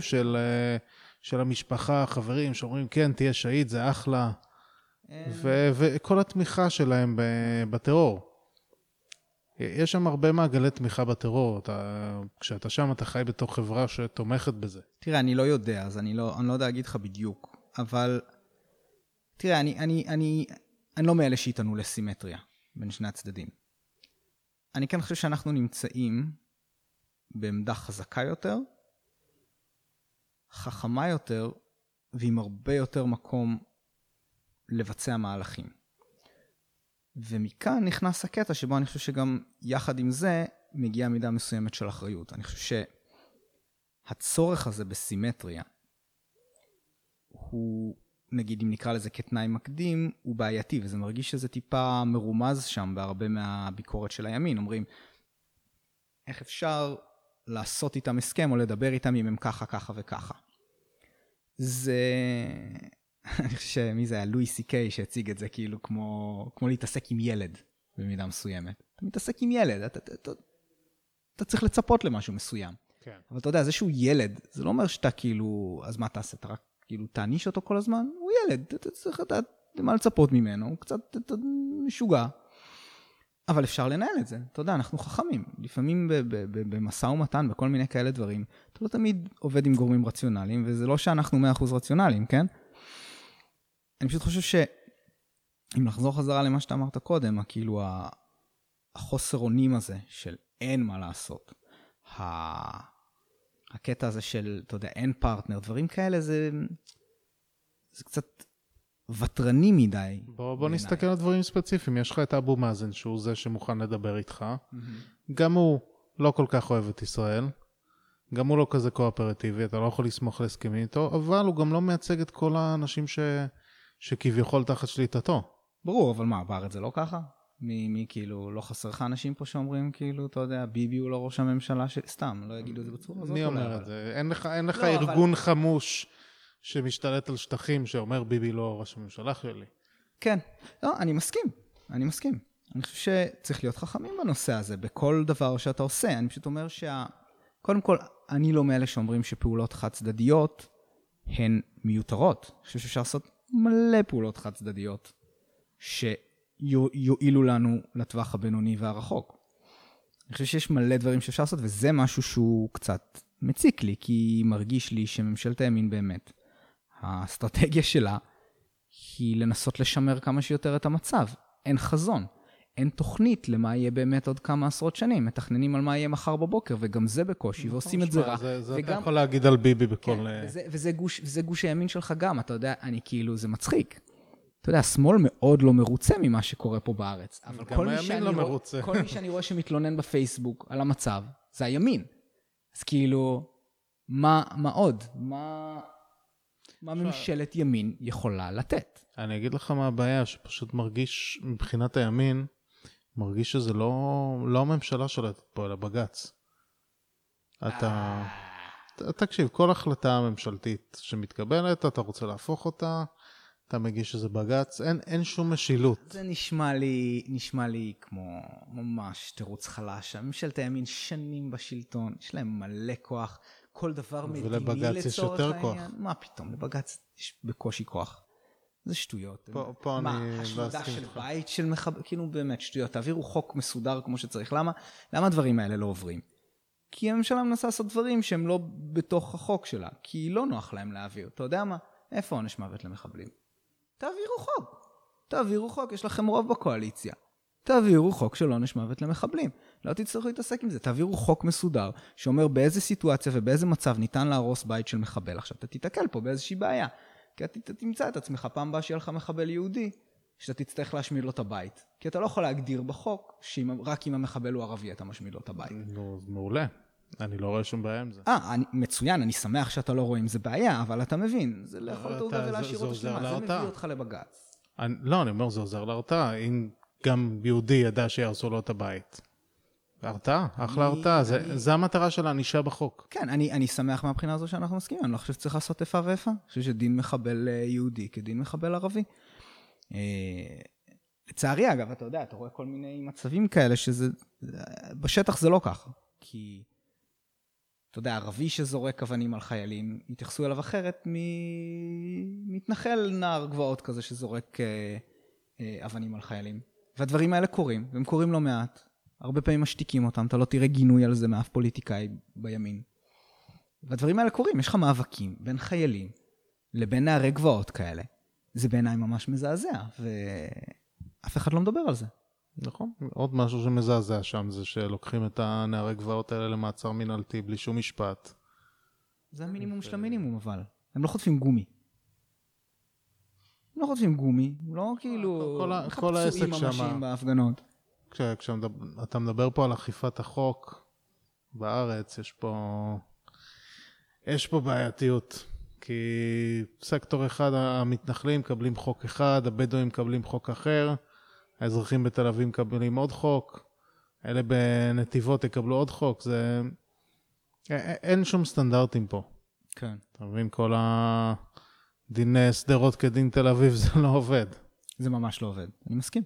של המשפחה, החברים שאומרים, כן, תהיה שהיד, זה אחלה. וכל התמיכה שלהם בטרור. יש שם הרבה מעגלי תמיכה בטרור. כשאתה שם, אתה חי בתוך חברה שתומכת בזה. תראה, אני לא יודע, אז אני לא יודע להגיד לך בדיוק, אבל... תראה, אני לא מאלה שיתנו לסימטריה בין שני הצדדים. אני כן חושב שאנחנו נמצאים בעמדה חזקה יותר, חכמה יותר, ועם הרבה יותר מקום לבצע מהלכים. ומכאן נכנס הקטע שבו אני חושב שגם יחד עם זה מגיעה מידה מסוימת של אחריות. אני חושב שהצורך הזה בסימטריה הוא... נגיד אם נקרא לזה כתנאי מקדים, הוא בעייתי, וזה מרגיש שזה טיפה מרומז שם בהרבה מהביקורת של הימין. אומרים, איך אפשר לעשות איתם הסכם או לדבר איתם אם הם ככה, ככה וככה. זה... אני חושב שמי זה היה? לואי סי-קיי שהציג את זה כאילו כמו להתעסק עם ילד במידה מסוימת. אתה מתעסק עם ילד, אתה צריך לצפות למשהו מסוים. כן. אבל אתה יודע, זה שהוא ילד, זה לא אומר שאתה כאילו, אז מה תעשה? אתה רק כאילו תעניש אותו כל הזמן, הוא ילד, אתה צריך לדעת מה לצפות ממנו, הוא קצת משוגע, אבל אפשר לנהל את זה, אתה יודע, אנחנו חכמים, לפעמים במשא ומתן, בכל מיני כאלה דברים, אתה לא תמיד עובד עם גורמים רציונליים, וזה לא שאנחנו 100% רציונליים, כן? אני פשוט חושב שאם נחזור חזרה למה שאתה אמרת קודם, כאילו החוסר אונים הזה של אין מה לעשות, הקטע הזה של, אתה יודע, אין פרטנר, דברים כאלה, זה קצת וטרני מדי. בוא נסתכל על דברים ספציפיים. יש לך את אבו מאזן, שהוא זה שמוכן לדבר איתך. גם הוא לא כל כך אוהב את ישראל. גם הוא לא כזה קואופרטיבי, אתה לא יכול לסמוך להסכמים איתו, אבל הוא גם לא מייצג את כל האנשים שכביכול תחת שליטתו. ברור, אבל מה, בארץ זה לא ככה? מי כאילו, לא חסר לך אנשים פה שאומרים, כאילו, אתה יודע, ביבי הוא לא ראש הממשלה סתם, לא יגידו את זה בצורה הזאת. מי אומר את זה? אין לך ארגון חמוש שמשתלט על שטחים שאומר ביבי לא ראש הממשלה שלי. כן, לא, אני מסכים. אני חושב שצריך להיות חכמים בנושא הזה, בכל דבר שאתה עושה. אני פשוט אומר קודם כל, אני לא מאלה שאומרים שפעולות חד צדדיות הן מיותרות. אני חושב שאפשר לעשות מלא פעולות חד צדדיות שיועילו לנו לטווח הבינוני והרחוק. אני חושב שיש מלא דברים שאפשר לעשות, וזה משהו שהוא קצת מציק לי, כי מרגיש לי שממשלת הימין באמת, האסטרטגיה שלה היא לנסות לשמר כמה שיותר את המצב. אין חזון, אין תוכנית למה יהיה באמת עוד כמה עשרות שנים. מתכננים על מה יהיה מחר בבוקר, וגם זה בקושי, ועושים את זה רע. זה אתה יכול להגיד על ביבי בכל... וזה גוש הימין שלך גם, אתה יודע, אני כאילו, זה מצחיק. אתה יודע, השמאל מאוד לא מרוצה ממה שקורה פה בארץ. אבל גם הימין לא מרוצה. כל מי שאני רואה שמתלונן בפייסבוק על המצב, זה הימין. אז כאילו, מה עוד? מה ממשלת ימין יכולה לתת? אני אגיד לך מה הבעיה, שפשוט מרגיש, מבחינת הימין, מרגיש שזה לא הממשלה שולטת פה, אלא בג"ץ. תקשיב, כל החלטה ממשלתית שמתקבלת, אתה רוצה להפוך אותה, אתה מגיש שזה בג"ץ, אין שום משילות. זה נשמע לי כמו ממש תירוץ חלש. ממשלת הימין שנים בשלטון, יש להם מלא כוח, כל דבר מדיני לצורך העניין. מה פתאום, לבג"ץ יש בקושי כוח. זה שטויות. פה מה, השמדה של בית של מחבל, כאילו באמת שטויות. תעבירו חוק מסודר כמו שצריך. למה הדברים האלה לא עוברים? כי הממשלה מנסה לעשות דברים שהם לא בתוך החוק שלה, כי לא נוח להם להעביר. אתה יודע מה? איפה עונש מוות למחבלים? תעבירו חוק, יש לכם רוב בקואליציה. תעבירו חוק של עונש מוות למחבלים. לא תצטרכו להתעסק עם זה. תעבירו חוק מסודר שאומר באיזה סיטואציה ובאיזה מצב ניתן להרוס בית של מחבל. עכשיו אתה תתקל פה באיזושהי בעיה. כי אתה תמצא את עצמך פעם הבאה שיהיה לך מחבל יהודי, שאתה תצטרך להשמיד לו את הבית. כי אתה לא יכול להגדיר בחוק שרק אם המחבל הוא ערבי אתה משמיד לו את הבית. מעולה. אני לא רואה שום בעיה עם זה. מצוין, אני שמח שאתה לא רואה עם זה בעיה, אבל אתה מבין, זה לאכול תעודה ולהשאיר אותו שלמה, זה מביא אותך לבג"ץ. לא, אני אומר, זה עוזר להרתעה. אם גם יהודי ידע שיהרסו לו את הבית. הרתעה, אחלה הרתעה. זה המטרה של הענישה בחוק. כן, אני שמח מהבחינה הזו שאנחנו מסכימים. אני לא חושב שצריך לעשות איפה ואיפה. אני חושב שדין מחבל יהודי כדין מחבל ערבי. לצערי, אגב, אתה יודע, אתה רואה כל מיני מצבים כאלה שזה, בשטח זה לא ככה. כי, אתה יודע, ערבי שזורק אבנים על חיילים, יתייחסו אליו אחרת מתנחל נער גבעות כזה שזורק אבנים על חיילים. והדברים האלה קורים, והם קורים לא מעט. הרבה פעמים משתיקים אותם, אתה לא תראה גינוי על זה מאף פוליטיקאי בימין. והדברים האלה קורים, יש לך מאבקים בין חיילים לבין נערי גבעות כאלה. זה בעיניי ממש מזעזע, ואף אחד לא מדבר על זה. נכון, עוד משהו שמזעזע שם זה שלוקחים את הנערי גבעות האלה למעצר מנהלתי בלי שום משפט. זה המינימום של המינימום אבל. הם לא חוטפים גומי. הם לא חוטפים גומי, לא כאילו... כל העסק שם... ממשיים בהפגנות. כשאתה מדבר פה על אכיפת החוק בארץ, יש פה בעייתיות. כי סקטור אחד, המתנחלים מקבלים חוק אחד, הבדואים מקבלים חוק אחר, האזרחים בתל אביב מקבלים עוד חוק, אלה בנתיבות יקבלו עוד חוק, אין שום סטנדרטים פה. כן. אתה מבין, כל הדין סדרות כדין תל אביב זה לא עובד. זה ממש לא עובד, אני מסכים.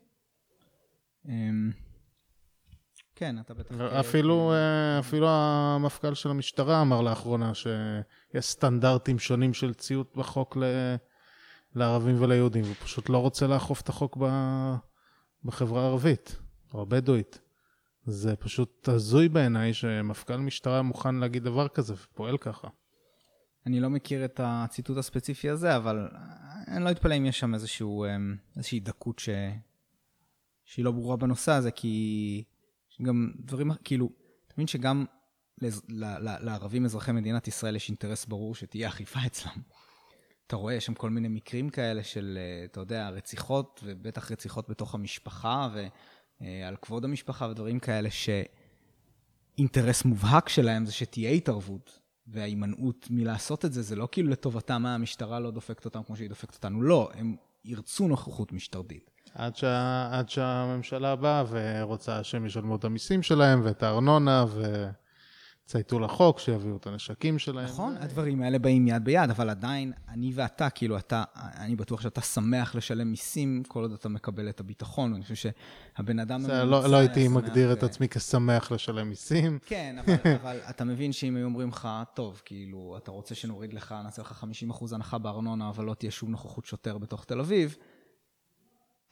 כן, אתה בטח... אפילו המפכ"ל של המשטרה אמר לאחרונה שיש סטנדרטים שונים של ציות בחוק לערבים וליהודים, והוא פשוט לא רוצה לאכוף את החוק בחברה הערבית או הבדואית. זה פשוט הזוי בעיניי שמפכ"ל משטרה מוכן להגיד דבר כזה ופועל ככה. אני לא מכיר את הציטוט הספציפי הזה, אבל אני לא אתפלא אם יש שם איזושהי דקות שהיא לא ברורה בנושא הזה, כי גם דברים, כאילו, אתה מבין שגם לערבים אזרחי מדינת ישראל יש אינטרס ברור שתהיה אכיפה אצלם. אתה רואה, יש שם כל מיני מקרים כאלה של, אתה יודע, רציחות, ובטח רציחות בתוך המשפחה, ועל כבוד המשפחה ודברים כאלה, שאינטרס מובהק שלהם זה שתהיה התערבות, וההימנעות מלעשות את זה, זה לא כאילו לטובתם, מה המשטרה לא דופקת אותם כמו שהיא דופקת אותנו, לא, הם ירצו נוכחות משטרתית. עד שהממשלה באה ורוצה שהם ישלמו את המיסים שלהם ואת הארנונה וצייתו לחוק, שיביאו את הנשקים שלהם. נכון, הדברים האלה באים יד ביד, אבל עדיין אני ואתה, כאילו אני בטוח שאתה שמח לשלם מיסים כל עוד אתה מקבל את הביטחון, ואני חושב שהבן אדם... לא הייתי מגדיר את עצמי כשמח לשלם מיסים. כן, אבל אתה מבין שאם היו אומרים לך, טוב, כאילו, אתה רוצה שנוריד לך, נעשה לך 50% הנחה בארנונה, אבל לא תהיה שום נוכחות שוטר בתוך תל אביב,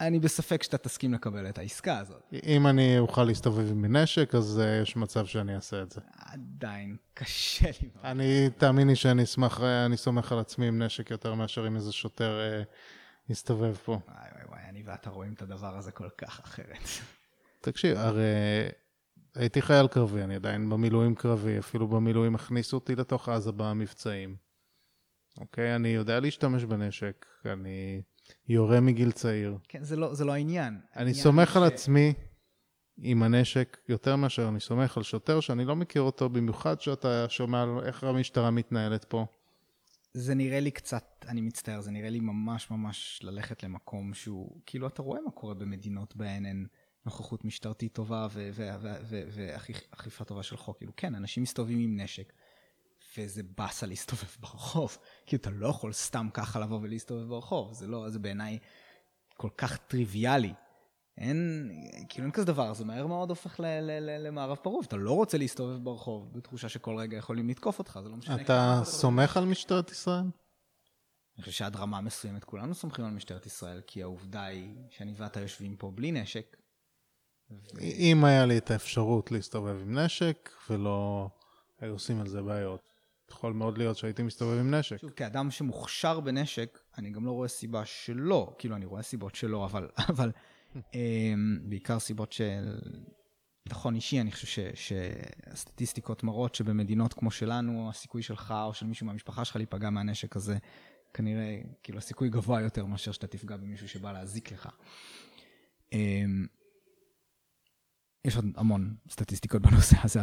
אני בספק שאתה תסכים לקבל את העסקה הזאת. אם אני אוכל להסתובב עם נשק, אז יש מצב שאני אעשה את זה. עדיין קשה לי. תאמיני שאני סומך על עצמי עם נשק יותר מאשר אם איזה שוטר יסתובב פה. וואי, אני ואתה רואים את הדבר הזה כל כך אחרת. תקשיב, הרי הייתי חייל קרבי, אני עדיין במילואים קרבי, אפילו במילואים הכניסו אותי לתוך עזה במבצעים. אוקיי, אני יודע להשתמש בנשק, אני יורה מגיל צעיר. כן, זה לא העניין. אני סומך על עצמי עם הנשק יותר מאשר אני סומך על שוטר שאני לא מכיר אותו, במיוחד שאתה שומע על איך המשטרה מתנהלת פה. זה נראה לי קצת, אני מצטער, זה נראה לי ממש ממש ללכת למקום שהוא, כאילו אתה רואה מה קורה במדינות בהן אין נוכחות משטרתית טובה ואכיפה טובה של חוק. כאילו כן, אנשים מסתובבים עם נשק, וזה בסה להסתובב ברחוב. כאילו אתה לא יכול סתם ככה לבוא ולהסתובב ברחוב. זה בעיניי כל כך טריוויאלי. כאילו אין כזה דבר, זה מהר מאוד הופך למערב פרוב. אתה לא רוצה להסתובב ברחוב, בתחושה שכל רגע יכולים לתקוף אותך, זה לא משנה. אתה סומך על משטרת ישראל? אני חושב שעד רמה מסוימת כולנו סומכים על משטרת ישראל, כי העובדה היא שאני ואתה יושבים פה בלי נשק. אם היה לי את האפשרות להסתובב עם נשק, ולא היו עושים על זה בעיות. יכול מאוד להיות שהייתי מסתובב עם נשק. שוב, כאדם שמוכשר בנשק, אני גם לא רואה סיבה שלא. כאילו, אני רואה סיבות שלא, אבל בעיקר סיבות של ביטחון אישי. אני חושב שהסטטיסטיקות מראות שבמדינות כמו שלנו, הסיכוי שלך או של מישהו מהמשפחה שלך להיפגע מהנשק הזה, כנראה, כאילו, הסיכוי גבוה יותר מאשר שאתה תפגע במישהו שבא להזיק לך. יש עוד המון סטטיסטיקות בנושא הזה,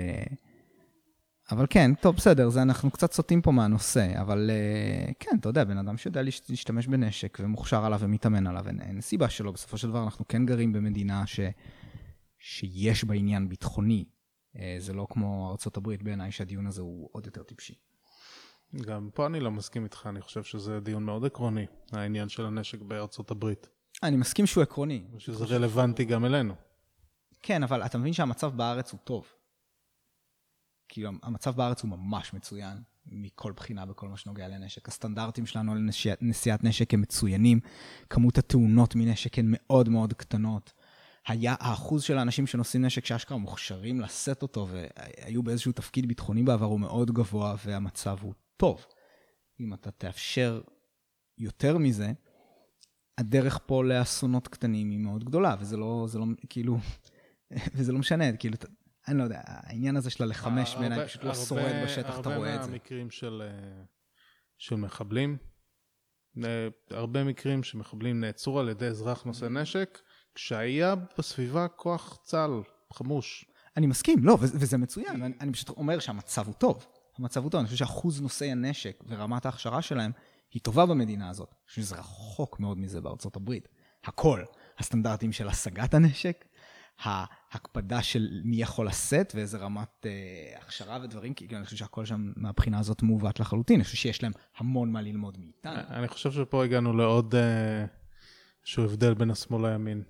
אבל כן, טוב, בסדר, זה אנחנו קצת סוטים פה מהנושא, אבל כן, אתה יודע, בן אדם שיודע להשתמש בנשק ומוכשר עליו ומתאמן עליו, אין סיבה שלא. בסופו של דבר אנחנו כן גרים במדינה שיש בה עניין ביטחוני. זה לא כמו ארצות הברית בעיניי שהדיון הזה הוא עוד יותר טיפשי. גם פה אני לא מסכים איתך, אני חושב שזה דיון מאוד עקרוני, העניין של הנשק בארצות הברית. אני מסכים שהוא עקרוני. שזה רלוונטי גם אלינו. כן, אבל אתה מבין שהמצב בארץ הוא טוב. כאילו, המצב בארץ הוא ממש מצוין, מכל בחינה בכל מה שנוגע לנשק. הסטנדרטים שלנו על נשיאת נשק הם מצוינים, כמות התאונות מנשק הן מאוד מאוד קטנות. האחוז של האנשים שנושאים נשק שאשכרה מוכשרים לשאת אותו, והיו באיזשהו תפקיד ביטחוני בעבר הוא מאוד גבוה, והמצב הוא טוב. אם אתה תאפשר יותר מזה, הדרך פה לאסונות קטנים היא מאוד גדולה, וזה לא כאילו, וזה לא משנה, כאילו, אני לא יודע, העניין הזה שלה לחמש בעיניי פשוט לא שורד בשטח, אתה רואה את זה. הרבה מהמקרים של מחבלים, הרבה מקרים שמחבלים נעצרו על ידי אזרח נושא נשק, כשהיה בסביבה כוח צה"ל חמוש. אני מסכים, לא, וזה מצוין, אני פשוט אומר שהמצב הוא טוב. המצב הוא טוב, אני חושב שאחוז נושאי הנשק ורמת ההכשרה שלהם היא טובה במדינה הזאת. אני חושב שזה רחוק מאוד מזה בארצות הברית. הכל, הסטנדרטים של השגת הנשק, ההקפדה של מי יכול לשאת ואיזה רמת הכשרה ודברים, כי אני חושב שהכל שם מהבחינה הזאת מעוות לחלוטין. אני חושב שיש להם המון מה ללמוד מאיתנו. אני חושב שפה הגענו לעוד שהוא הבדל בין השמאל לימין.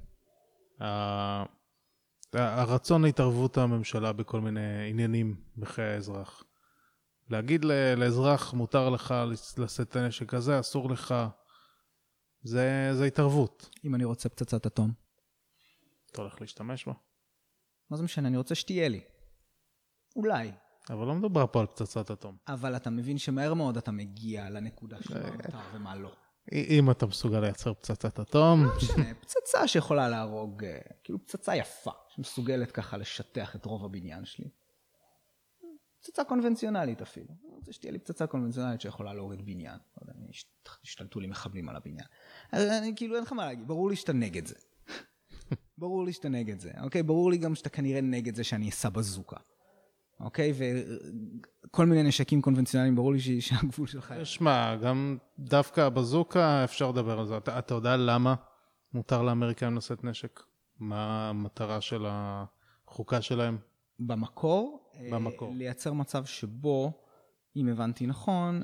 הרצון להתערבות הממשלה בכל מיני עניינים בחיי האזרח. להגיד לאזרח מותר לך לשאת את הנשק הזה, אסור לך, זה התערבות. אם אני רוצה פצצת אטום. אתה הולך להשתמש בה? מה זה משנה? אני רוצה שתהיה לי. אולי. אבל לא מדבר פה על פצצת אטום. אבל אתה מבין שמהר מאוד אתה מגיע לנקודה של מה מותר ומה לא. אם אתה מסוגל לייצר פצצת אטום... לא משנה, פצצה שיכולה להרוג, כאילו פצצה יפה, שמסוגלת ככה לשטח את רוב הבניין שלי. פצצה קונבנציונלית אפילו. אני רוצה שתהיה לי פצצה קונבנציונלית שיכולה להוריד בניין. לא יודע, השתלטו לי מחבלים על הבניין. כאילו אין לך מה להגיד, ברור לי שאתה נגד זה. ברור לי שאתה נגד זה, אוקיי? ברור לי גם שאתה כנראה נגד זה שאני אסע בזוקה. אוקיי? וכל מיני נשקים קונבנציונליים, ברור לי שהגבול שלך... שמע, גם דווקא בזוקה אפשר לדבר על זה. אתה יודע למה מותר לאמריקאים לשאת נשק? מה המטרה של החוקה שלהם? במקור. לייצר מצב שבו, אם הבנתי נכון,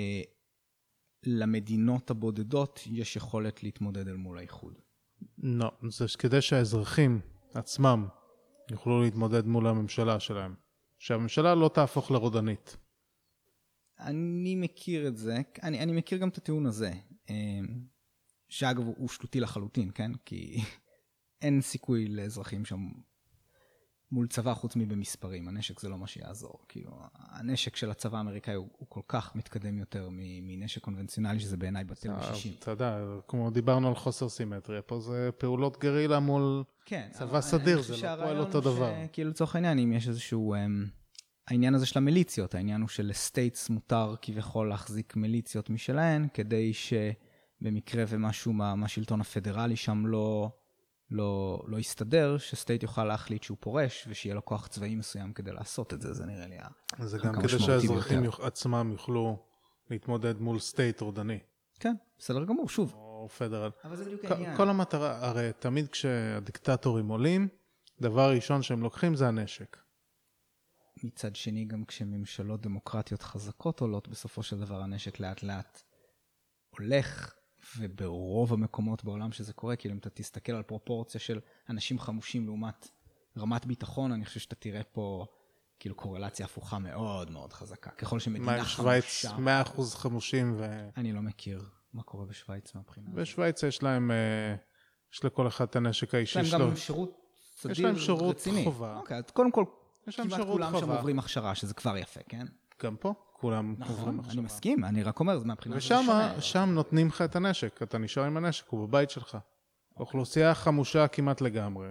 למדינות הבודדות יש יכולת להתמודד אל מול האיחוד. לא, זה כדי שהאזרחים עצמם יוכלו להתמודד מול הממשלה שלהם. שהממשלה לא תהפוך לרודנית. אני מכיר את זה, אני מכיר גם את הטיעון הזה, שאגב הוא שטותי לחלוטין, כן? כי אין סיכוי לאזרחים שם מול צבא חוץ מבמספרים, הנשק זה לא מה שיעזור. כאילו, הנשק של הצבא האמריקאי הוא כל כך מתקדם יותר מנשק קונבנציונלי, שזה בעיניי בטל ב-60. אתה יודע, כמו דיברנו על חוסר סימטריה, פה זה פעולות גרילה מול צבא סדיר, זה לא פועל אותו דבר. כאילו לצורך העניין, אם יש איזשהו, העניין הזה של המיליציות, העניין הוא שלסטייטס מותר כביכול להחזיק מיליציות משלהן, כדי שבמקרה ומשהו מהשלטון הפדרלי שם לא יסתדר, שסטייט יוכל להחליט שהוא פורש, ושיהיה לו כוח צבאי מסוים כדי לעשות את זה, זה נראה לי זה גם כדי שהאזרחים עצמם יוכלו להתמודד מול סטייט רודני. כן, בסדר גמור, שוב. או פדרל. אבל זה בדיוק העניין. כל המטרה, הרי תמיד כשהדיקטטורים עולים, דבר ראשון שהם לוקחים זה הנשק. מצד שני, גם כשממשלות דמוקרטיות חזקות עולות, בסופו של דבר הנשק לאט לאט הולך, וברוב המקומות בעולם שזה קורה, כאילו אם אתה תסתכל על פרופורציה של אנשים חמושים לעומת רמת ביטחון, אני חושב שאתה תראה פה כאילו קורלציה הפוכה מאוד מאוד חזקה. ככל שמדינה שוויץ 100% חמושים אני לא מכיר מה קורה בשוויץ מהבחינה. בשוויץ יש להם, יש לכל אחד את הנשק האישי שלו. יש להם גם שירות סדיר רציני. יש להם שירות חובה. אוקיי, אז קודם כל, יש להם כמעט שירות כולם חובה. שם עוברים הכשרה, שזה כבר יפה, כן? גם פה, כולם עוברים הכשרה. אני מסכים, אני רק אומר, זה מהבחינה. ושם נותנים לך את הנשק, אתה נשאר עם הנשק, הוא בבית שלך. אוכלוסייה חמושה כמעט לגמרי.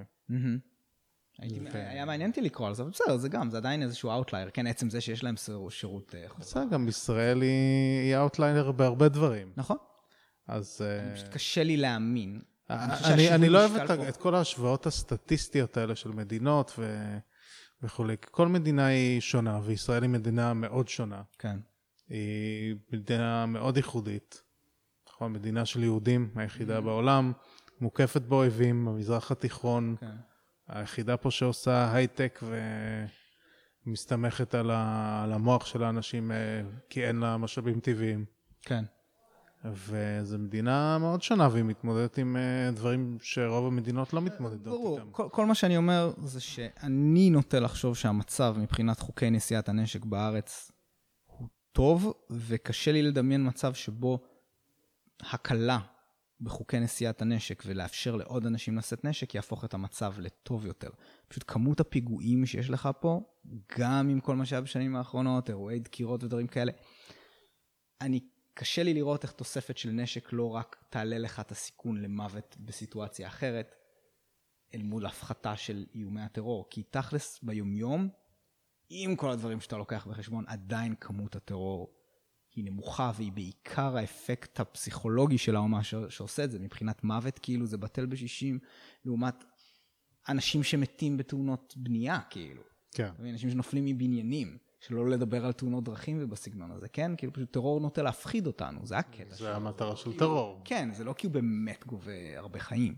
היה מעניין אותי לקרוא על זה, אבל בסדר, זה גם, זה עדיין איזשהו אאוטלייר, כן, עצם זה שיש להם שירות חובה. בסדר, גם ישראל היא אאוטלייר בהרבה דברים. נכון. אז פשוט קשה לי להאמין. אני לא אוהב את כל ההשוואות הסטטיסטיות האלה של מדינות וכו'. כל מדינה היא שונה, וישראל היא מדינה מאוד שונה. כן. היא מדינה מאוד ייחודית. נכון, מדינה של יהודים, היחידה בעולם, מוקפת באויבים, במזרח התיכון. כן. היחידה פה שעושה הייטק ומסתמכת על המוח של האנשים, כי אין לה משאבים טבעיים. כן. וזו מדינה מאוד שונה, והיא מתמודדת עם דברים שרוב המדינות לא מתמודדות איתם. כל מה שאני אומר זה שאני נוטה לחשוב שהמצב מבחינת חוקי נשיאת הנשק בארץ הוא טוב, וקשה לי לדמיין מצב שבו הקלה בחוקי נשיאת הנשק ולאפשר לעוד אנשים לשאת נשק יהפוך את המצב לטוב יותר. פשוט כמות הפיגועים שיש לך פה, גם עם כל מה שהיה בשנים האחרונות, אירועי דקירות ודברים כאלה, קשה לי לראות איך תוספת של נשק לא רק תעלה לך את הסיכון למוות בסיטואציה אחרת, אל מול הפחתה של איומי הטרור. כי תכלס ביומיום, עם כל הדברים שאתה לוקח בחשבון, עדיין כמות הטרור היא נמוכה, והיא בעיקר האפקט הפסיכולוגי של האומה שעושה את זה, מבחינת מוות, כאילו זה בטל ב-60, לעומת אנשים שמתים בתאונות בנייה, כאילו. כן. אנשים שנופלים מבניינים. שלא לדבר על תאונות דרכים ובסגנון הזה, כן? כאילו פשוט טרור נוטה להפחיד אותנו, זה הקטע. זה המטרה של טרור. כן, זה לא כי הוא באמת גובה הרבה חיים.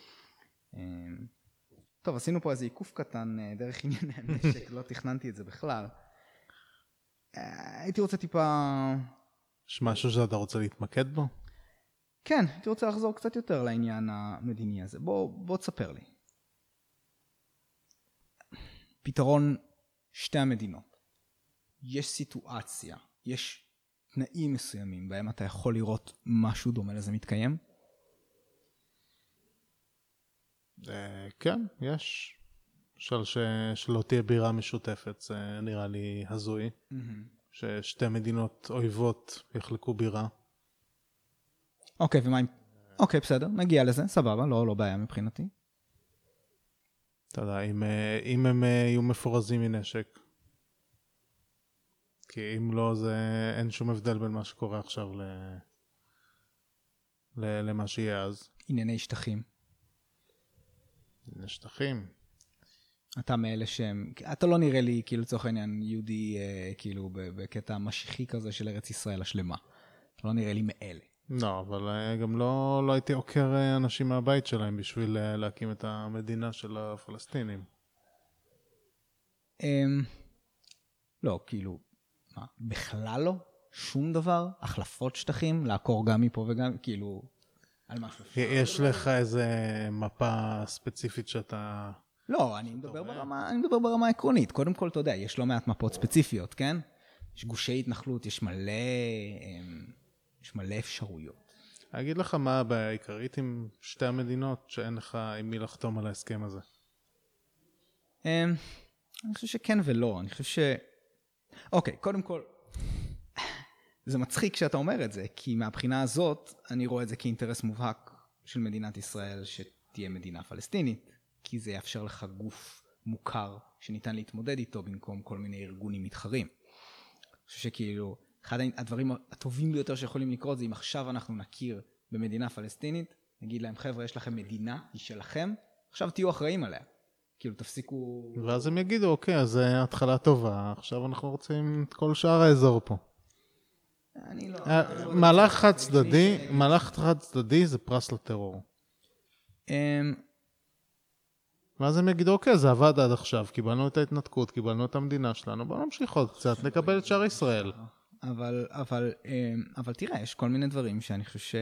טוב, עשינו פה איזה עיקוף קטן דרך ענייני הנשק, לא תכננתי את זה בכלל. הייתי רוצה טיפה... יש משהו שאתה רוצה להתמקד בו? כן, הייתי רוצה לחזור קצת יותר לעניין המדיני הזה. בוא תספר לי. פתרון שתי המדינות. יש סיטואציה, יש תנאים מסוימים בהם אתה יכול לראות משהו דומה לזה מתקיים? כן, יש. למשל שלא תהיה בירה משותפת, זה נראה לי הזוי. ששתי מדינות אויבות יחלקו בירה. אוקיי, ומה אם... אוקיי, בסדר, נגיע לזה, סבבה, לא בעיה מבחינתי. אתה יודע, אם הם יהיו מפורזים מנשק, כי אם לא, אין שום הבדל בין מה שקורה עכשיו למה שיהיה אז. ענייני שטחים. ענייני שטחים. אתה מאלה שהם, אתה לא נראה לי כאילו לצורך העניין יהודי כאילו בקטע משיחי כזה של ארץ ישראל השלמה. אתה לא נראה לי מאלה. לא, אבל גם לא הייתי עוקר אנשים מהבית שלהם בשביל להקים את המדינה של הפלסטינים. לא, כאילו, מה, בכלל לא? שום דבר? החלפות שטחים? לעקור גם מפה וגם, כאילו, על משהו. יש לך איזה מפה ספציפית שאתה... לא, אני מדבר ברמה העקרונית. קודם כל, אתה יודע, יש לא מעט מפות ספציפיות, כן? יש גושי התנחלות, יש מלא אפשרויות. אני אגיד לך מה הבעיה העיקרית עם שתי המדינות, שאין לך עם מי לחתום על ההסכם הזה. אני חושב שכן ולא, אני חושב אוקיי, קודם כל, זה מצחיק שאתה אומר את זה, כי מהבחינה הזאת, אני רואה את זה כאינטרס מובהק של מדינת ישראל, שתהיה מדינה פלסטינית, כי זה יאפשר לך גוף מוכר, שניתן להתמודד איתו, במקום כל מיני ארגונים מתחרים. אני חושב שכאילו, אחד הדברים הטובים ביותר שיכולים לקרות, זה אם עכשיו אנחנו נכיר במדינה פלסטינית, נגיד להם, חבר'ה, יש לכם מדינה, היא שלכם, עכשיו תהיו אחראים עליה. כאילו, תפסיקו... ואז הם יגידו, אוקיי, אז זה התחלה טובה, עכשיו אנחנו רוצים את כל שאר האזור פה. אני לא... מהלך חד צדדי זה פרס לטרור. ואז הם יגידו, אוקיי, זה עבד עד עכשיו, קיבלנו את ההתנתקות, קיבלנו את המדינה שלנו, בואו נמשיך עוד קצת, נקבל את שאר ישראל. אבל תראה, יש כל מיני דברים שאני חושב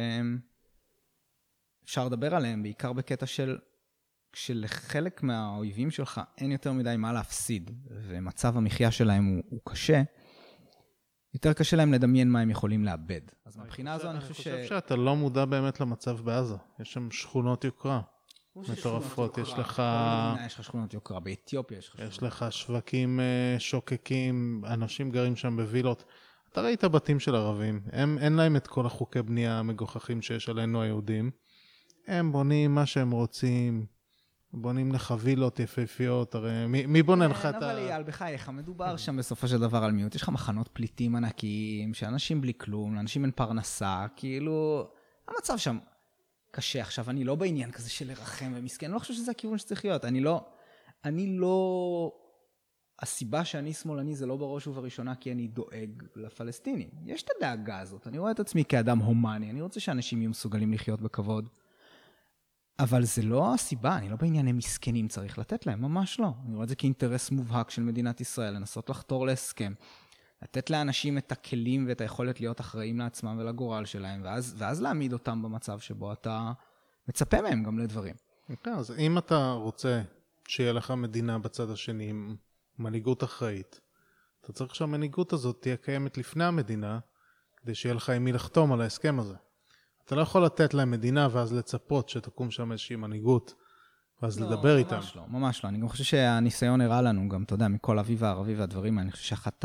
שאפשר לדבר עליהם, בעיקר בקטע של כשלחלק מהאויבים שלך אין יותר מדי מה להפסיד, ומצב המחיה שלהם הוא קשה, יותר קשה להם לדמיין מה הם יכולים לאבד. אז מהבחינה הזו אני חושב שאתה לא מודע באמת למצב בעזה. יש שם שכונות יוקרה. מטורפות, יש לך... יש לך שכונות יוקרה, באתיופיה יש לך... יש לך שווקים שוקקים, אנשים גרים שם בווילות. אתה ראית בתים של ערבים, אין להם את כל החוקי בנייה המגוחכים שיש עלינו היהודים. הם בונים מה שהם רוצים, בונים לך וילות יפהפיות, הרי מי בונה לך את ה... אבל אייל, בחייך, מדובר שם בסופו של דבר על מיעוט. יש לך מחנות פליטים ענקיים, שאנשים בלי כלום, לאנשים אין פרנסה, כאילו... המצב שם קשה. עכשיו, אני לא בעניין כזה של לרחם ומסכן, אני לא חושב שזה הכיוון שצריך להיות. אני לא... הסיבה שאני שמאלני זה לא בראש ובראשונה כי אני דואג לפלסטינים. יש את הדאגה הזאת. אני רואה את עצמי כאדם הומני. אני רוצה שאנשים יהיו מסוגלים לחיות בכבוד. אבל זה לא הסיבה. אני לא בענייני מסכנים צריך לתת להם. ממש לא. אני רואה את זה כאינטרס מובהק של מדינת ישראל. לנסות לחתור להסכם. לתת לאנשים את הכלים ואת היכולת להיות אחראים לעצמם ולגורל שלהם. ואז להעמיד אותם במצב שבו אתה מצפה מהם גם לדברים. כן, אז אם אתה רוצה שיהיה לך מדינה בצד השני עם מנהיגות אחראית, אתה צריך שהמנהיגות הזאת תהיה קיימת לפני המדינה, כדי שיהיה לך עם מי לחתום על ההסכם הזה. אתה לא יכול לתת להם מדינה ואז לצפות שתקום שם איזושהי מנהיגות, ואז לדבר איתם. ממש לא, ממש לא. אני גם חושב שהניסיון הראה לנו גם, אתה יודע, מכל אביב הערבי והדברים, אני חושב שאחת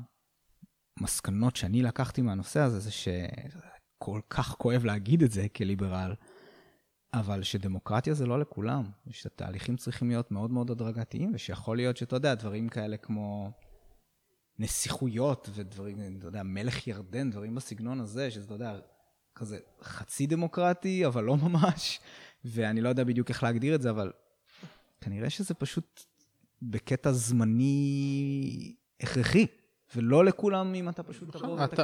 המסקנות שאני לקחתי מהנושא הזה, זה שכל כך כואב להגיד את זה כליברל, אבל שדמוקרטיה זה לא לכולם, ושתהליכים צריכים להיות מאוד מאוד הדרגתיים, ושיכול להיות שאתה יודע, דברים כאלה כמו נסיכויות ודברים, אתה יודע, מלך ירדן, דברים בסגנון הזה, שזה, אתה יודע, כזה חצי דמוקרטי, אבל לא ממש, ואני לא יודע בדיוק איך להגדיר את זה, אבל כנראה שזה פשוט בקטע זמני הכרחי, ולא לכולם אם אתה פשוט תבוא ותקים...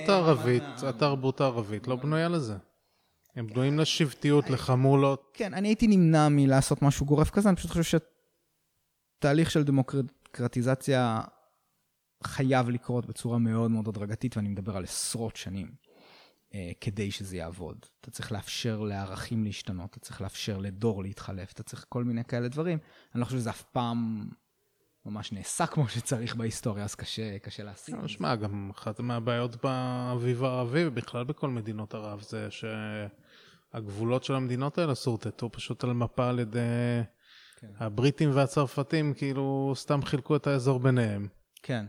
התרבות הערבית לא בנויה לזה. הם בנויים לשבטיות, לחמולות. כן, אני הייתי נמנע מלעשות משהו גורף כזה, אני פשוט חושב שתהליך של דמוקרטיזציה חייב לקרות בצורה מאוד מאוד הדרגתית, ואני מדבר על עשרות שנים, כדי שזה יעבוד. אתה צריך לאפשר לערכים להשתנות, אתה צריך לאפשר לדור להתחלף, אתה צריך כל מיני כאלה דברים. אני לא חושב שזה אף פעם ממש נעשה כמו שצריך בהיסטוריה, אז קשה להשיג. שמע, גם אחת מהבעיות באביב הערבי, ובכלל בכל מדינות ערב, זה שהגבולות של המדינות האלה סורטטו פשוט על מפה על ידי הבריטים והצרפתים, כאילו סתם חילקו את האזור ביניהם. כן.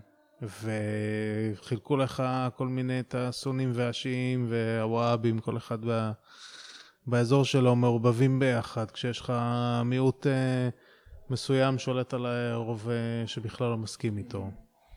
וחילקו לך כל מיני את הסונים והשיעים והוואבים, כל אחד באזור שלו מעורבבים ביחד, כשיש לך מיעוט מסוים שולט על הרוב שבכלל לא מסכים איתו.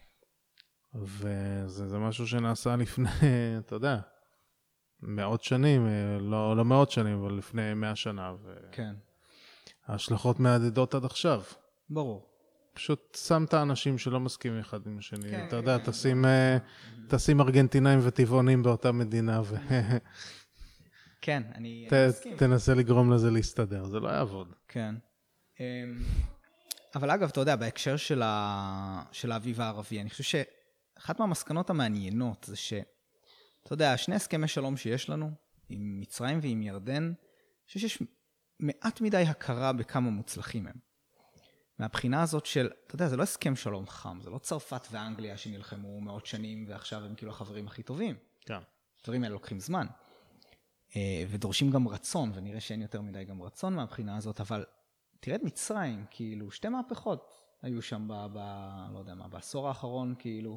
וזה משהו שנעשה לפני, אתה יודע, מאות שנים, לא מאות שנים, אבל לפני 100 שנה. כן. ההשלכות מהדהדות עד עכשיו. ברור. פשוט שמת אנשים שלא מסכימים אחד עם השני. כן, אתה יודע, תשים ארגנטינאים וטבעונים באותה מדינה. כן, אני מסכים. תנסה לגרום לזה להסתדר, זה לא יעבוד. כן. אבל אגב, אתה יודע, בהקשר של האביב הערבי, אני חושב שאחת מהמסקנות המעניינות זה אתה יודע, שני הסכמי שלום שיש לנו, עם מצרים ועם ירדן, אני חושב שיש מעט מדי הכרה בכמה מוצלחים הם. מהבחינה הזאת של, אתה יודע, זה לא הסכם שלום חם, זה לא צרפת ואנגליה שנלחמו מאות שנים, ועכשיו הם כאילו החברים הכי טובים. כן. דברים האלה לוקחים זמן. ודורשים גם רצון, ונראה שאין יותר מדי גם רצון מהבחינה הזאת, אבל תראה את מצרים, כאילו, שתי מהפכות היו שם לא יודע מה, בעשור האחרון, כאילו,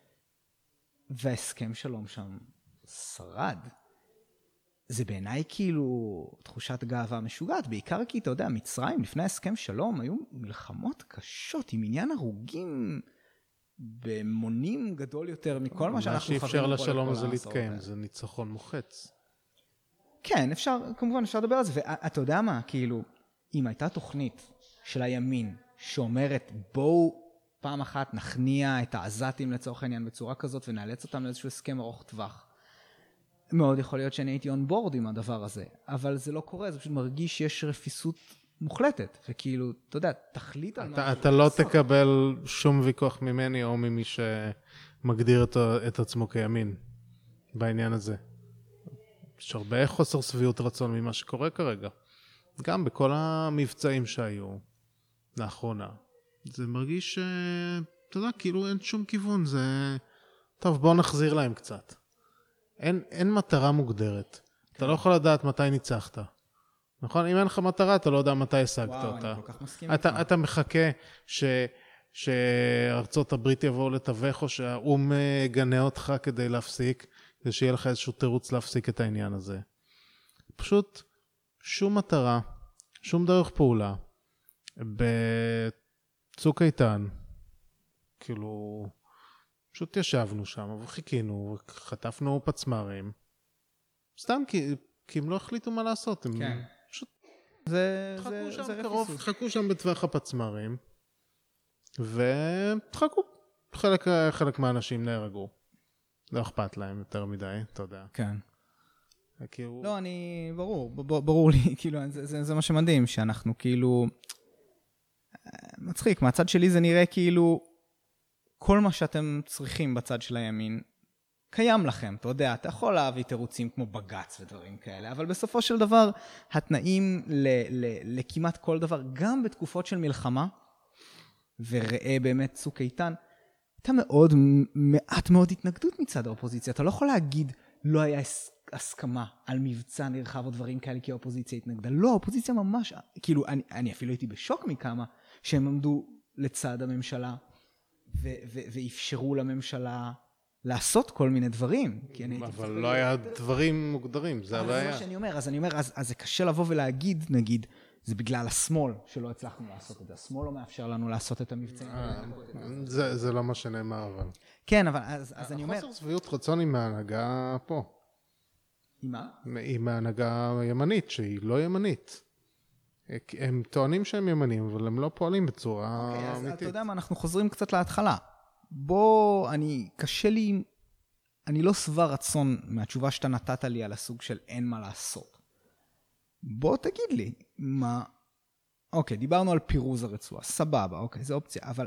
והסכם שלום שם שרד. זה בעיניי כאילו תחושת גאווה משוגעת, בעיקר כי אתה יודע, מצרים לפני הסכם שלום היו מלחמות קשות עם עניין הרוגים במונים גדול יותר מכל מה שאנחנו חווים. מה שאפשר לשלום הזה להתקיים, זה ניצחון מוחץ. כן, כמובן אפשר לדבר על זה, ואתה יודע מה, כאילו, אם הייתה תוכנית של הימין שאומרת בואו פעם אחת נכניע את העזתים לצורך העניין בצורה כזאת ונאלץ אותם לאיזשהו הסכם ארוך טווח, מאוד יכול להיות שאני הייתי on board עם הדבר הזה, אבל זה לא קורה, זה פשוט מרגיש שיש רפיסות מוחלטת, וכאילו, אתה יודע, תחליט על מה... אתה לא תקבל שום ויכוח ממני או ממי שמגדיר את עצמו כימין בעניין הזה. יש הרבה חוסר סביעות רצון ממה שקורה כרגע. גם בכל המבצעים שהיו לאחרונה. זה מרגיש, אתה יודע, כאילו אין שום כיוון, זה... טוב, בוא נחזיר להם קצת. אין מטרה מוגדרת. אתה לא יכול לדעת מתי ניצחת. נכון? אם אין לך מטרה, אתה לא יודע מתי השגת אותה. וואו, אני כל כך מסכים איתך. אתה מחכה שארצות הברית יבואו לתווך, או שהאום גנה אותך כדי להפסיק, כדי שיהיה לך איזשהו תירוץ להפסיק את העניין הזה. פשוט שום מטרה, שום דרך פעולה. בצוק איתן, כאילו... פשוט ישבנו שם וחיכינו, וחטפנו פצמרים. סתם כי הם לא החליטו מה לעשות. הם כן. פשוט זה רפיסות. חכו שם בטווח הפצמרים, וחכו. חלק מהאנשים נהרגו. לא אכפת להם יותר מדי, אתה יודע. כן. כאילו... לא, ברור לי, כאילו, זה מה שמדהים, שאנחנו כאילו... מצחיק, מהצד שלי זה נראה כאילו... כל מה שאתם צריכים בצד של הימין קיים לכם, אתה יודע, אתה יכול להביא תירוצים כמו בגץ ודברים כאלה, אבל בסופו של דבר התנאים לכמעט כל דבר, גם בתקופות של מלחמה, וראה באמת צוק איתן, הייתה מעט מאוד התנגדות מצד האופוזיציה, אתה לא יכול להגיד לא היה הסכמה על מבצע נרחב או דברים כאלה כי האופוזיציה התנגדה, לא, האופוזיציה ממש, כאילו אני אפילו הייתי בשוק מכמה שהם עמדו לצד הממשלה, ואפשרו לממשלה לעשות כל מיני דברים. אבל לא היה דברים מוגדרים, זה הבעיה. זה מה שאני אומר, אז זה קשה לבוא ולהגיד, נגיד, זה בגלל השמאל שלא הצלחנו לעשות את זה. השמאל לא מאפשר לנו לעשות את המבצעים. זה לא מה שנאמר, אבל... כן, אבל אז אני אומר... החוסר שביעות רצון עם ההנהגה פה. עם מה? עם ההנהגה הימנית, שהיא לא ימנית. הם טוענים שהם ימנים, אבל הם לא פועלים בצורה אמיתית. אז אתה יודע מה, אנחנו חוזרים קצת להתחלה. קשה לי, אני לא שבע רצון מהתשובה שאתה נתת לי על הסוג של אין מה לעשות. בוא תגיד לי, מה... אוקיי, דיברנו על פירוז הרצועה, סבבה, אוקיי, זו אופציה, אבל...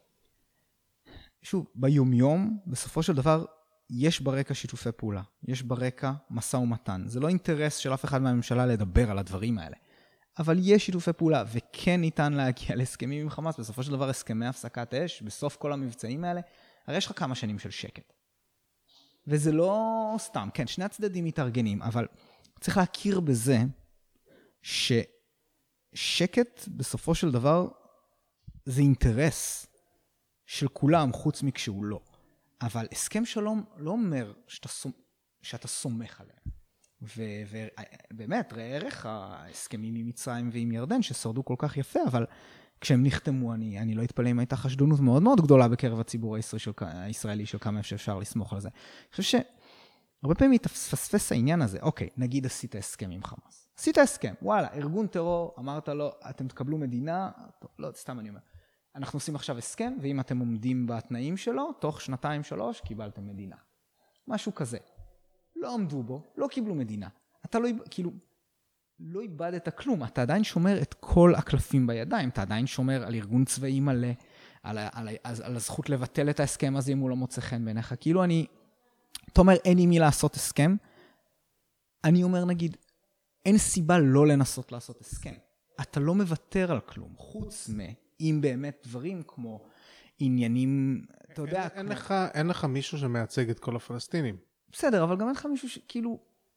שוב, ביומיום, בסופו של דבר, יש ברקע שיתופי פעולה, יש ברקע מסע ומתן. זה לא אינטרס של אף אחד מהממשלה לדבר על הדברים האלה. אבל יש שיתופי פעולה, וכן ניתן להגיע להסכמים עם חמאס, בסופו של דבר הסכמי הפסקת אש, בסוף כל המבצעים האלה, הרי יש לך כמה שנים של שקט. וזה לא סתם, כן, שני הצדדים מתארגנים, אבל צריך להכיר בזה, ששקט בסופו של דבר, זה אינטרס של כולם, חוץ מכשהוא לא. אבל הסכם שלום לא אומר שאתה סומך עליהם. ובאמת, ראה ערך ההסכמים עם מצרים ועם ירדן ששרדו כל כך יפה, אבל כשהם נחתמו, אני לא אתפלא אם הייתה חשדנות מאוד מאוד גדולה בקרב הציבור הישראלי של כמה שאפשר לסמוך על זה. אני חושב שהרבה פעמים התפספס העניין הזה. אוקיי, נגיד עשית הסכם עם חמאס. עשית הסכם, וואלה, ארגון טרור, אמרת לו, אתם תקבלו מדינה, לא, סתם אני אומר. אנחנו עושים עכשיו הסכם, ואם אתם עומדים בתנאים שלו, תוך 2-3 קיבלתם מדינה. משהו כזה. לא עמדו בו, לא קיבלו מדינה. אתה לא איבדת כלום, אתה עדיין שומר את כל הקלפים בידיים, אתה עדיין שומר על ארגון צבאי מלא, על הזכות לבטל את ההסכם הזה אם הוא לא מוצא חן בעיניך. כאילו אתה אומר אין עם מי לעשות הסכם, אני אומר נגיד, אין סיבה לא לנסות לעשות הסכם. אתה לא מוותר על כלום, חוץ אם באמת דברים כמו עניינים, אתה יודע... אין לך מישהו שמייצג את כל הפלסטינים. בסדר, אבל גם אין לך מישהו שכאילו...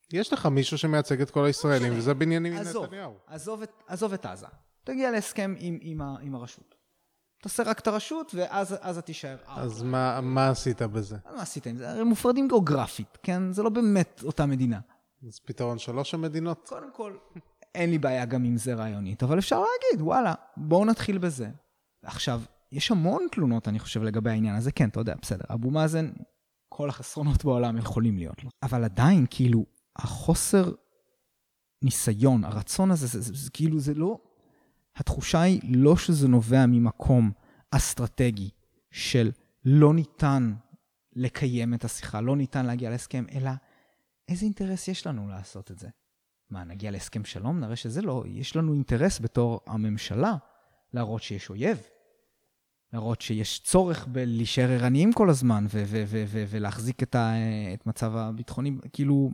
יש לך מישהו שמייצג את כל הישראלים, וזה בנימין נתניהו. עזוב את עזה. תגיע להסכם עם הרשות. תעשה רק את הרשות, ואז תישאר. אז מה עשית בזה? מה עשית עם זה? הרי מופרדים גיאוגרפית, כן? זה לא באמת אותה מדינה. אז פתרון 3 המדינות? קודם כל, אין לי בעיה גם עם זה רעיונית, אבל אפשר להגיד, וואלה, בואו נתחיל בזה. עכשיו, יש המון תלונות, אני חושב, לגבי העניין הזה. כן, אתה יודע, בסדר. אבו מאזן, כל החסרונות בעולם יכולים להיות לו. אבל עדיין, כאילו, החוסר ניסיון, הרצון הזה, זה כאילו, זה לא... התחושה היא לא שזה נובע ממקום אסטרטגי של לא ניתן לקיים את השיחה, לא ניתן להגיע להסכם, אלא איזה אינטרס יש לנו לעשות את זה? מה, נגיע להסכם שלום? נראה שזה לא. יש לנו אינטרס בתור הממשלה להראות שיש אויב, להראות שיש צורך בלהישאר ערניים כל הזמן ולהחזיק את מצב הביטחוני, כאילו,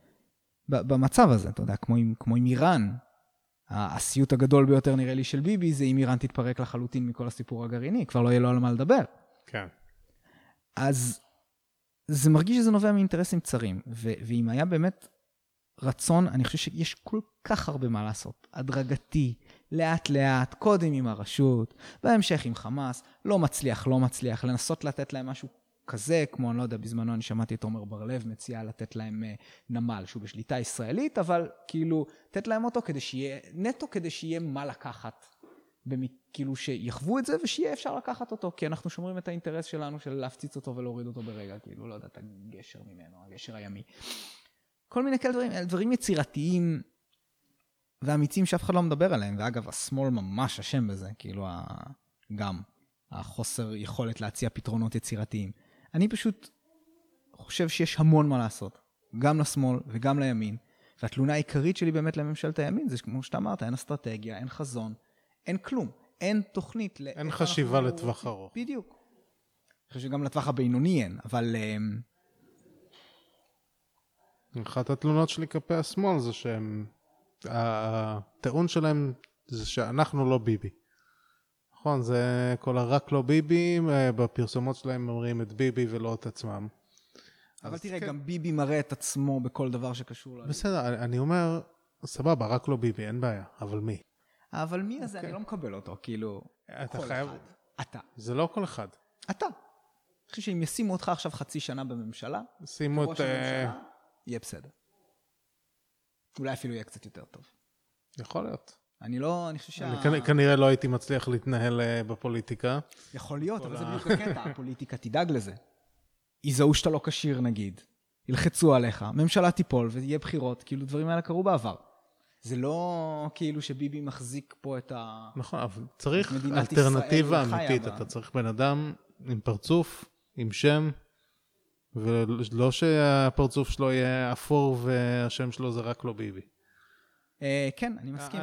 במצב הזה, אתה יודע, כמו עם איראן. הסיוט הגדול ביותר נראה לי של ביבי, זה אם איראן תתפרק לחלוטין מכל הסיפור הגרעיני, כבר לא יהיה לו על מה לדבר. כן. אז זה מרגיש שזה נובע מאינטרסים צרים, ואם היה באמת רצון, אני חושב שיש כל כך הרבה מה לעשות, הדרגתי, לאט לאט, קודם עם הרשות, בהמשך עם חמאס, לא מצליח, לנסות לתת להם משהו כזה, כמו אני לא יודע, בזמנו אני שמעתי את עומר בר-לב מציע לתת להם נמל שהוא בשליטה ישראלית, אבל כאילו לתת להם אותו כדי שיהיה, נטו כדי שיהיה מה לקחת, כאילו שיחוו את זה ושיהיה אפשר לקחת אותו, כי אנחנו שומרים את האינטרס שלנו של להפציץ אותו ולהוריד אותו ברגע, כאילו לא יודע, את הגשר ממנו, הגשר הימי. כל מיני כאלה דברים יצירתיים ואמיצים שאף אחד לא מדבר עליהם, ואגב, השמאל ממש אשם בזה, כאילו גם החוסר יכולת להציע פתרונות יצירתיים. אני פשוט חושב שיש המון מה לעשות, גם לשמאל וגם לימין, והתלונה העיקרית שלי באמת לממשלת הימין, זה כמו שאתה אמרת, אין אסטרטגיה, אין חזון, אין כלום, אין תוכנית. אין חשיבה לטווח ארוך. בדיוק. אני חושב שגם לטווח הבינוני אין, אבל... אחת התלונות שלי כלפי השמאל זה שהם... הטיעון שלהם זה שאנחנו לא ביבי. נכון, זה כל הרק לא ביבי, בפרסומות שלהם אומרים את ביבי ולא את עצמם. אבל תראה, גם ביבי מראה את עצמו בכל דבר שקשור לו. בסדר, אני אומר, סבבה, רק לא ביבי, אין בעיה, אבל מי? אבל מי הזה, אני לא מקבל אותו, כאילו, כל אחד. אתה. זה לא כל אחד. אתה. אני חושב שאם ישימו אותך עכשיו חצי שנה בממשלה, שימו את... ראש הממשלה, יהיה בסדר. אולי אפילו יהיה קצת יותר טוב. יכול להיות. אני חושב כנראה לא הייתי מצליח להתנהל בפוליטיקה. יכול להיות, אבל זה בדיוק הקטע, הפוליטיקה תדאג לזה. יזהו שאתה לא כשיר נגיד, ילחצו עליך, ממשלה תיפול ויהיה בחירות, כאילו דברים האלה קרו בעבר. זה לא כאילו שביבי מחזיק פה את ה... נכון, אבל צריך אלטרנטיבה אמיתית, אתה צריך בן אדם עם פרצוף, עם שם, ולא שהפרצוף שלו יהיה אפור והשם שלו זה רק לא ביבי. כן, אני מסכים.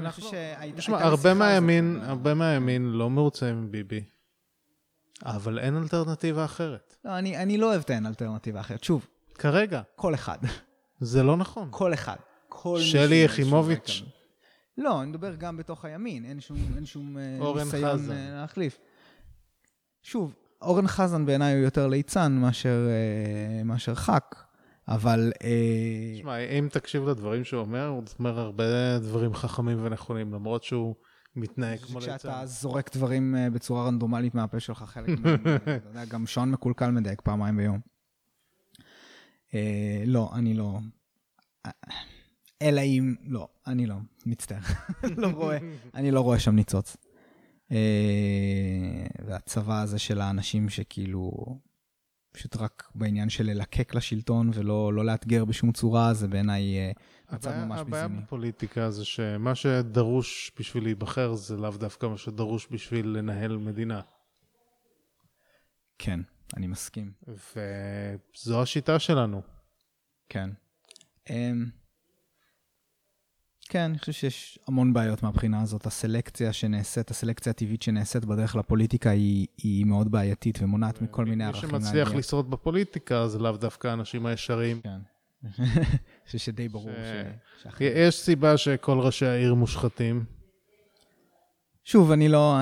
הרבה מהימין לא מרוצה עם ביבי, אבל אין אלטרנטיבה אחרת. לא, אני לא אוהב את האין אלטרנטיבה אחרת. שוב. כרגע. כל אחד. זה לא נכון. כל אחד. שלי יחימוביץ'. לא, אני מדבר גם בתוך הימין. אין שום ניסיון להחליף. שוב, אורן חזן בעיניי הוא יותר ליצן מאשר חק. אבל... תשמע, אם תקשיב לדברים שהוא אומר, הוא אומר הרבה דברים חכמים ונכונים, למרות שהוא מתנהג כמו ליצן. כשאתה זורק דברים בצורה רנדומלית מהפה שלך, חלק אתה יודע, גם שעון מקולקל מדייק פעמיים ביום. לא, אני לא... אלא אם... לא, אני לא, מצטער. אני לא רואה שם ניצוץ. והצבא הזה של האנשים שכאילו... פשוט רק בעניין של ללקק לשלטון ולא לאתגר בשום צורה, זה בעיניי מצב ממש ביזיוני. הבעיה בפוליטיקה זה שמה שדרוש בשביל להיבחר זה לאו דווקא מה שדרוש בשביל לנהל מדינה. כן, אני מסכים. וזו השיטה שלנו. כן. כן, אני חושב שיש המון בעיות מהבחינה הזאת. הסלקציה הטבעית שנעשית בדרך לפוליטיקה היא מאוד בעייתית ומונעת מכל מיני ערכים. מי שמצליח לשרוד בפוליטיקה זה לאו דווקא האנשים הישרים. כן. שדי ברור יש סיבה שכל ראשי העיר מושחתים. שוב, אני לא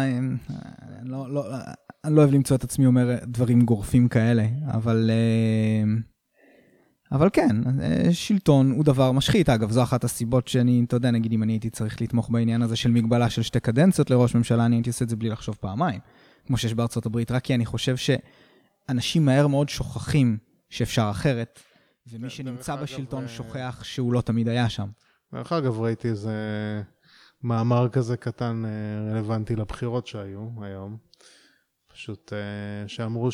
אוהב למצוא את עצמי אומר דברים גורפים כאלה, אבל כן, שלטון הוא דבר משחית. אגב, זו אחת הסיבות שאני, אתה יודע, נגיד אם אני הייתי צריך לתמוך בעניין הזה של מגבלה של 2 קדנציות לראש ממשלה, אני הייתי עושה את זה בלי לחשוב פעמיים, כמו שיש בארצות הברית, רק כי אני חושב שאנשים מהר מאוד שוכחים שאפשר אחרת, ומי שנמצא בשלטון שוכח שהוא לא תמיד היה שם. דרך אגב, ראיתי איזה מאמר כזה קטן רלוונטי לבחירות שהיו היום, פשוט שאמרו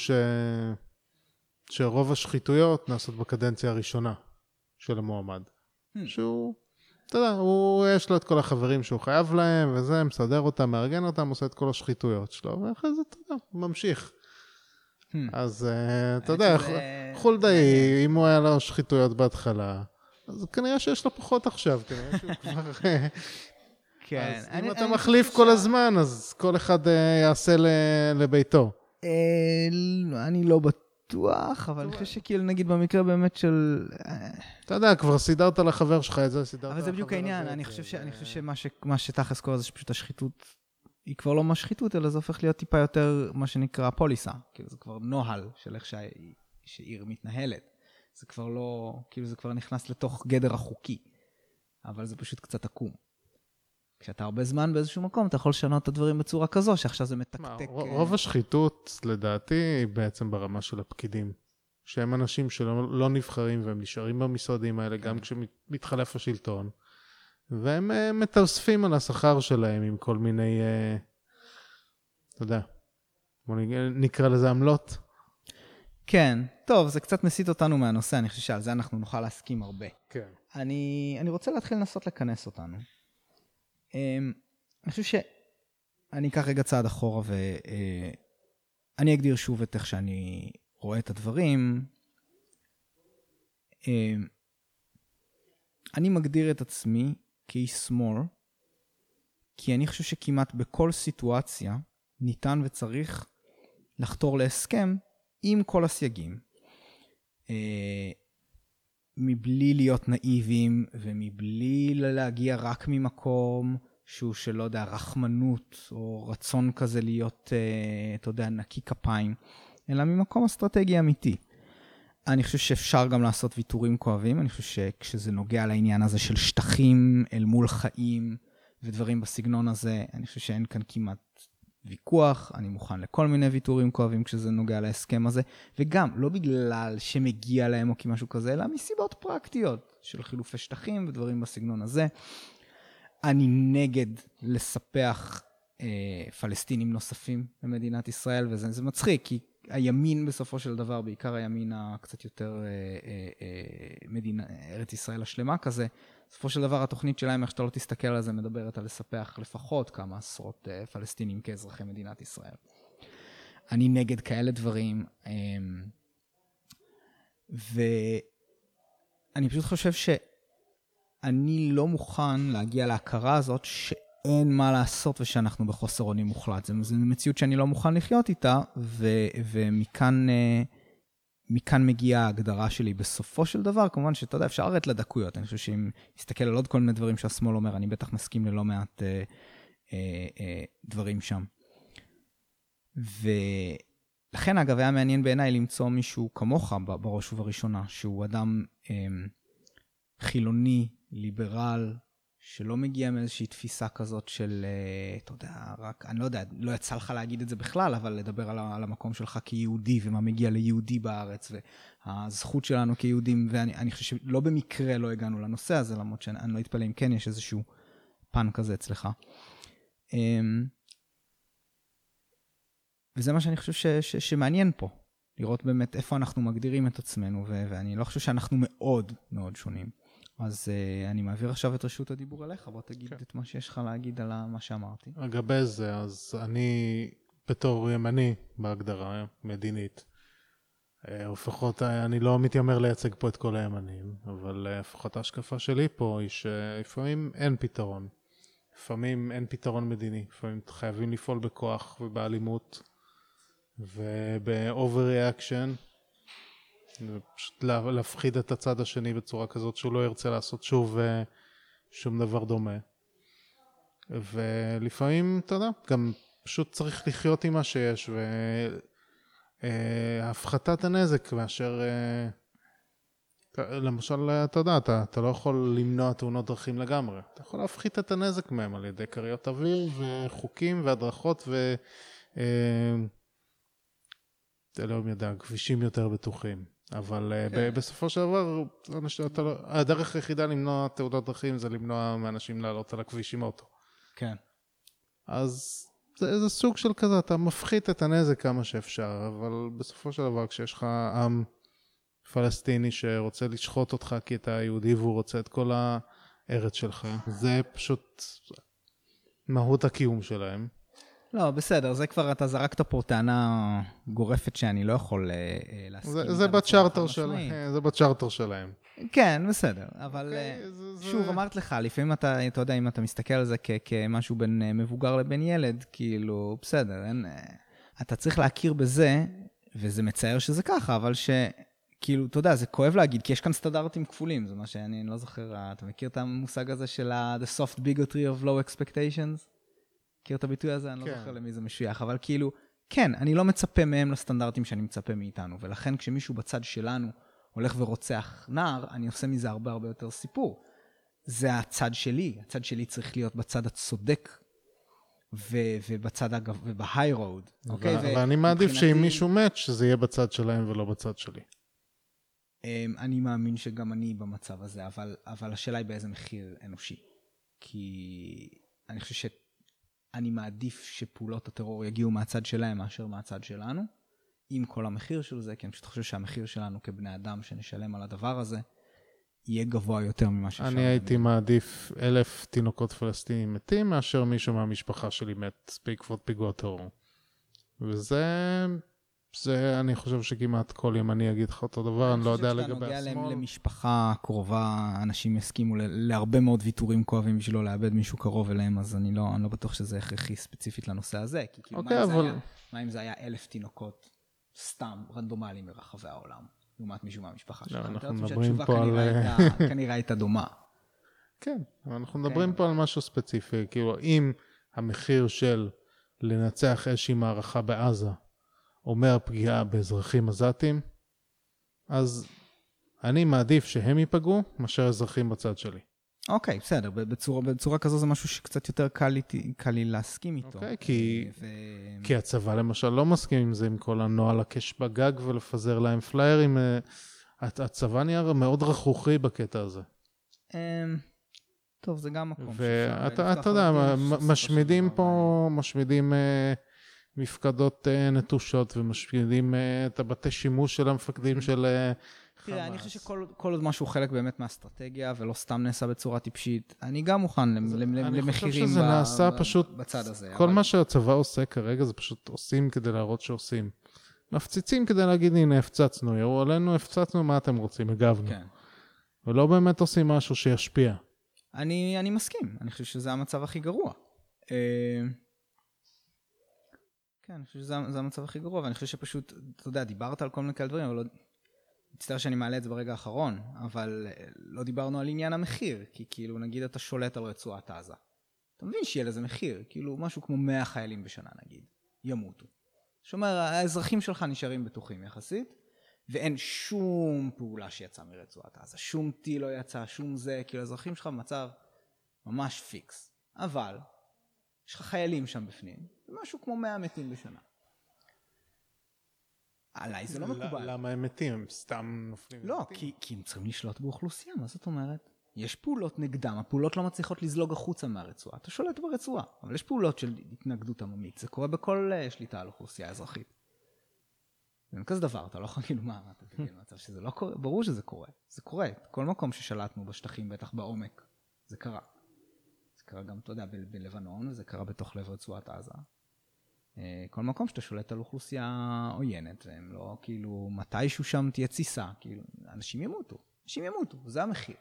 שרוב השחיתויות נעשות בקדנציה הראשונה של המועמד. שהוא, אתה יודע, יש לו את כל החברים שהוא חייב להם, וזה, מסדר אותם, מארגן אותם, עושה את כל השחיתויות שלו, ואחרי זה, אתה יודע, הוא ממשיך. אז, אתה יודע, חולדאי, אם הוא היה לו שחיתויות בהתחלה, אז כנראה שיש לו פחות עכשיו, כנראה שהוא כבר... כן. אז אם אתה מחליף כל הזמן, אז כל אחד יעשה לביתו. אני לא בטוח, אבל אני חושב שכאילו נגיד במקרה באמת של... אתה יודע, כבר סידרת לחבר שלך את זה, סידרת. אבל זה בדיוק העניין, אני חושב שמה שתכלס קורה זה שפשוט השחיתות, היא כבר לא משחיתות, אלא זה הופך להיות טיפה יותר מה שנקרא פוליסה. כאילו זה כבר נוהל של איך שעיר מתנהלת. זה כבר לא, כאילו זה כבר נכנס לתוך גדר החוקי. אבל זה פשוט קצת עקום. כשאתה הרבה זמן באיזשהו מקום, אתה יכול לשנות את הדברים בצורה כזו, שעכשיו זה מתקתק... רוב השחיתות, לדעתי, היא בעצם ברמה של הפקידים. שהם אנשים שלא נבחרים, והם נשארים במשרדים האלה, גם כשמתחלף השלטון. והם מתאספים על השכר שלהם עם כל מיני, אתה יודע, נקרא לזה עמלות. כן, טוב, זה קצת מסית אותנו מהנושא, אני חושב שעל זה אנחנו נוכל להסכים הרבה. כן. אני רוצה להתחיל לנסות לכנס אותנו. אני חושב שאני אקח רגע צעד אחורה ואני אגדיר שוב את איך שאני רואה את הדברים. אני מגדיר את עצמי כאיש שמאל, כי אני חושב שכמעט בכל סיטואציה ניתן וצריך לחתור להסכם עם כל הסייגים. מבלי להיות נאיבים ומבלי להגיע רק ממקום שהוא שלא יודע, רחמנות או רצון כזה להיות, אתה יודע, נקי כפיים, אלא ממקום אסטרטגי אמיתי. אני חושב שאפשר גם לעשות ויתורים כואבים, אני חושב שכשזה נוגע לעניין הזה של שטחים אל מול חיים ודברים בסגנון הזה, אני חושב שאין כאן כמעט ויכוח, אני מוכן לכל מיני ויתורים כואבים כשזה נוגע להסכם הזה, וגם לא בגלל שמגיע להם או כמשהו כזה, אלא מסיבות פרקטיות של חילופי שטחים ודברים בסגנון הזה. אני נגד לספח פלסטינים נוספים במדינת ישראל, וזה מצחיק, כי הימין בסופו של דבר, בעיקר הימין הקצת יותר ארץ ישראל השלמה כזה, בסופו של דבר התוכנית שלהם, איך שאתה לא תסתכל על זה, מדברת על לספח לפחות כמה עשרות פלסטינים כאזרחי מדינת ישראל. אני נגד כאלה דברים, ואני פשוט חושב שאני לא מוכן להגיע להכרה הזאת שאין מה לעשות ושאנחנו בחוסר אונים מוחלט. זו מציאות שאני לא מוכן לחיות איתה, ומכאן מגיעה ההגדרה שלי בסופו של דבר. כמובן שאתה יודע, אפשר לרדת לדקויות. אני חושב שאם נסתכל על עוד כל מיני דברים שהשמאל אומר, אני בטח מסכים ללא מעט דברים שם. ולכן אגב היה מעניין בעיניי למצוא מישהו כמוך בראש ובראשונה, שהוא אדם חילוני, ליברל, שלא מגיע מאיזושהי תפיסה כזאת של, אתה יודע, רק, אני לא יודע, לא יצא לך להגיד את זה בכלל, אבל לדבר על המקום שלך כיהודי, ומה מגיע ליהודי בארץ, והזכות שלנו כיהודים, ואני חושב שלא במקרה לא הגענו לנושא הזה, למרות שאני לא אתפלא אם כן יש איזשהו פן כזה אצלך. וזה מה שאני חושב שמעניין פה, לראות באמת איפה אנחנו מגדירים את עצמנו, ואני לא חושב שאנחנו מאוד מאוד שונים. אז אני מעביר עכשיו את רשות הדיבור אליך, בוא תגיד את מה שיש לך להגיד על מה שאמרתי. לגבי זה, אז אני בתור ימני בהגדרה מדינית, לפחות אני לא מתיימר לייצג פה את כל הימנים, אבל לפחות ההשקפה שלי פה היא שלפעמים אין פתרון. לפעמים אין פתרון מדיני, לפעמים חייבים לפעול בכוח ובאלימות וב-overreaction, פשוט להפחיד את הצד השני בצורה כזאת שהוא לא ירצה לעשות שוב שום דבר דומה. ולפעמים, אתה יודע, גם פשוט צריך לחיות עם מה שיש, והפחתת הנזק מאשר למשל, אתה יודע, אתה לא יכול למנוע תאונות דרכים לגמרי. אתה יכול להפחית את הנזק מהם על ידי קריות אוויר וחוקים והדרכות לא יודע, כבישים יותר בטוחים. אבל בסופו של דבר, הדרך היחידה למנוע תאונות דרכים זה למנוע מאנשים לעלות על הכביש עם אוטו. כן. אז זה סוג של כזה, אתה מפחית את הנזק כמה שאפשר, אבל בסופו של דבר, כשיש לך עם פלסטיני שרוצה לשחוט אותך כי אתה יהודי והוא רוצה את כל הארץ שלך, זה פשוט מהות הקיום שלהם. לא, בסדר, זה כבר אתה זרקת פה טענה גורפת שאני לא יכול להסכים איתה. זה בצ'ארטר שלהם. כן, בסדר, אבל שוב, אמרת לך, לפעמים אתה יודע, אם אתה מסתכל על זה כמשהו בין מבוגר לבין ילד, כאילו, בסדר, אתה צריך להכיר בזה, וזה מצער שזה ככה, אבל כאילו, אתה יודע, זה כואב להגיד, כי יש כאן סטנדרטים כפולים, זה מה שאני לא זוכר, אתה מכיר את המושג הזה של The Soft Bigotry of Low Expectations? מכיר את הביטוי הזה? אני לא זוכר למי זה משוייך, אבל כאילו, כן, אני לא מצפה מהם לסטנדרטים שאני מצפה מאיתנו, ולכן כשמישהו בצד שלנו הולך ורוצח נער, אני עושה מזה הרבה הרבה יותר סיפור. זה הצד שלי צריך להיות בצד הצודק, ובצד ובהיי רוד. ואני מעדיף שאם מישהו מת, שזה יהיה בצד שלהם ולא בצד שלי. אני מאמין שגם אני במצב הזה, אבל השאלה היא באיזה מחיר אנושי. כי אני חושב שאני מעדיף שפעולות הטרור יגיעו מהצד שלהם מאשר מהצד שלנו, עם כל המחיר של זה, כי אני פשוט חושב שהמחיר שלנו כבני אדם שנשלם על הדבר הזה, יהיה גבוה יותר ממה שאפשר. אני הייתי מעדיף 1,000 תינוקות פלסטינים מתים, מאשר מישהו מהמשפחה שלי מת בעקבות פיגוע טרור. וזה אני חושב שכמעט כל ימני אגיד לך אותו דבר, אני לא יודע לגבי השמאל. אני חושב שאתה נוגע למשפחה קרובה, אנשים יסכימו להרבה מאוד ויתורים כואבים בשביל לא לאבד מישהו קרוב אליהם, אז אני לא בטוח שזה הכרחי ספציפית לנושא הזה, כי כאילו מה אם זה היה 1,000 תינוקות סתם רנדומליים ברחבי העולם, לעומת מישהו מהמשפחה שלך. אנחנו מדברים פה על... כנראה הייתה דומה. כן, אנחנו מדברים פה על משהו ספציפי, כאילו אם המחיר של לנצח איזושהי מערכה בעזה, אומר פגיעה באזרחים עזתים, אז אני מעדיף שהם ייפגעו, מאשר אזרחים בצד שלי. אוקיי, בסדר. בצורה כזו זה משהו שקצת יותר קל לי להסכים איתו. אוקיי, כי הצבא למשל לא מסכים עם זה, עם כל הנוהל הקש בגג ולפזר להם פליירים. הצבא נהיה מאוד רכרוכי בקטע הזה. טוב, זה גם מקום. ואתה יודע, משמידים מפקדות נטושות, ומשמידים את הבתי שימוש של המפקדים של חמאס. תראה, אני חושב שכל עוד משהו חלק באמת מהאסטרטגיה, ולא סתם נעשה בצורה טיפשית, אני גם מוכן למחירים בצד הזה. כל מה שהצבא עושה כרגע, זה פשוט עושים כדי להראות שעושים. מפציצים כדי להגיד, הנה, הפצצנו, יראו עלינו, הפצצנו, מה אתם רוצים, הגבנו. ולא באמת עושים משהו שישפיע. אני מסכים, אני חושב שזה המצב הכי גרוע. כן, אני חושב שזה המצב הכי גרוע, ואני חושב שפשוט, אתה יודע, דיברת על כל מיני כאלה דברים, אבל מצטער שאני מעלה את זה ברגע האחרון, אבל לא דיברנו על עניין המחיר, כי כאילו נגיד אתה שולט על רצועת עזה. אתה מבין שיהיה לזה מחיר, כאילו משהו כמו 100 חיילים בשנה נגיד, ימותו. שאומר, האזרחים שלך נשארים בטוחים יחסית, ואין שום פעולה שיצאה מרצועת עזה, שום טיל לא יצא, שום זה, כאילו האזרחים שלך במצב ממש פיקס. אבל יש לך חיילים שם בפנים, זה משהו כמו 100 מתים בשנה. עליי זה לא מקובל. למה הם מתים? הם סתם נופלים? לא, כי הם צריכים לשלוט באוכלוסייה, מה זאת אומרת? יש פעולות נגדם, הפעולות לא מצליחות לזלוג החוצה מהרצועה, אתה שולט ברצועה, אבל יש פעולות של התנגדות עממית, זה קורה בכל שליטה על אוכלוסייה אזרחית. זה כזה דבר, אתה לא יכול כאילו מה, אתה תגיד מצב שזה לא קורה, ברור שזה קורה, זה קורה, כל מקום ששלטנו בשטחים, בטח בעומק, זה קרה. זה קרה גם, אתה יודע, בלבנון, וזה קרה בתוך לב רצועת עזה. כל מקום שאתה שולט על אוכלוסייה עוינת, והם לא, כאילו, מתישהו שם תהיה ציסה, כאילו, אנשים ימותו, זה המחיר.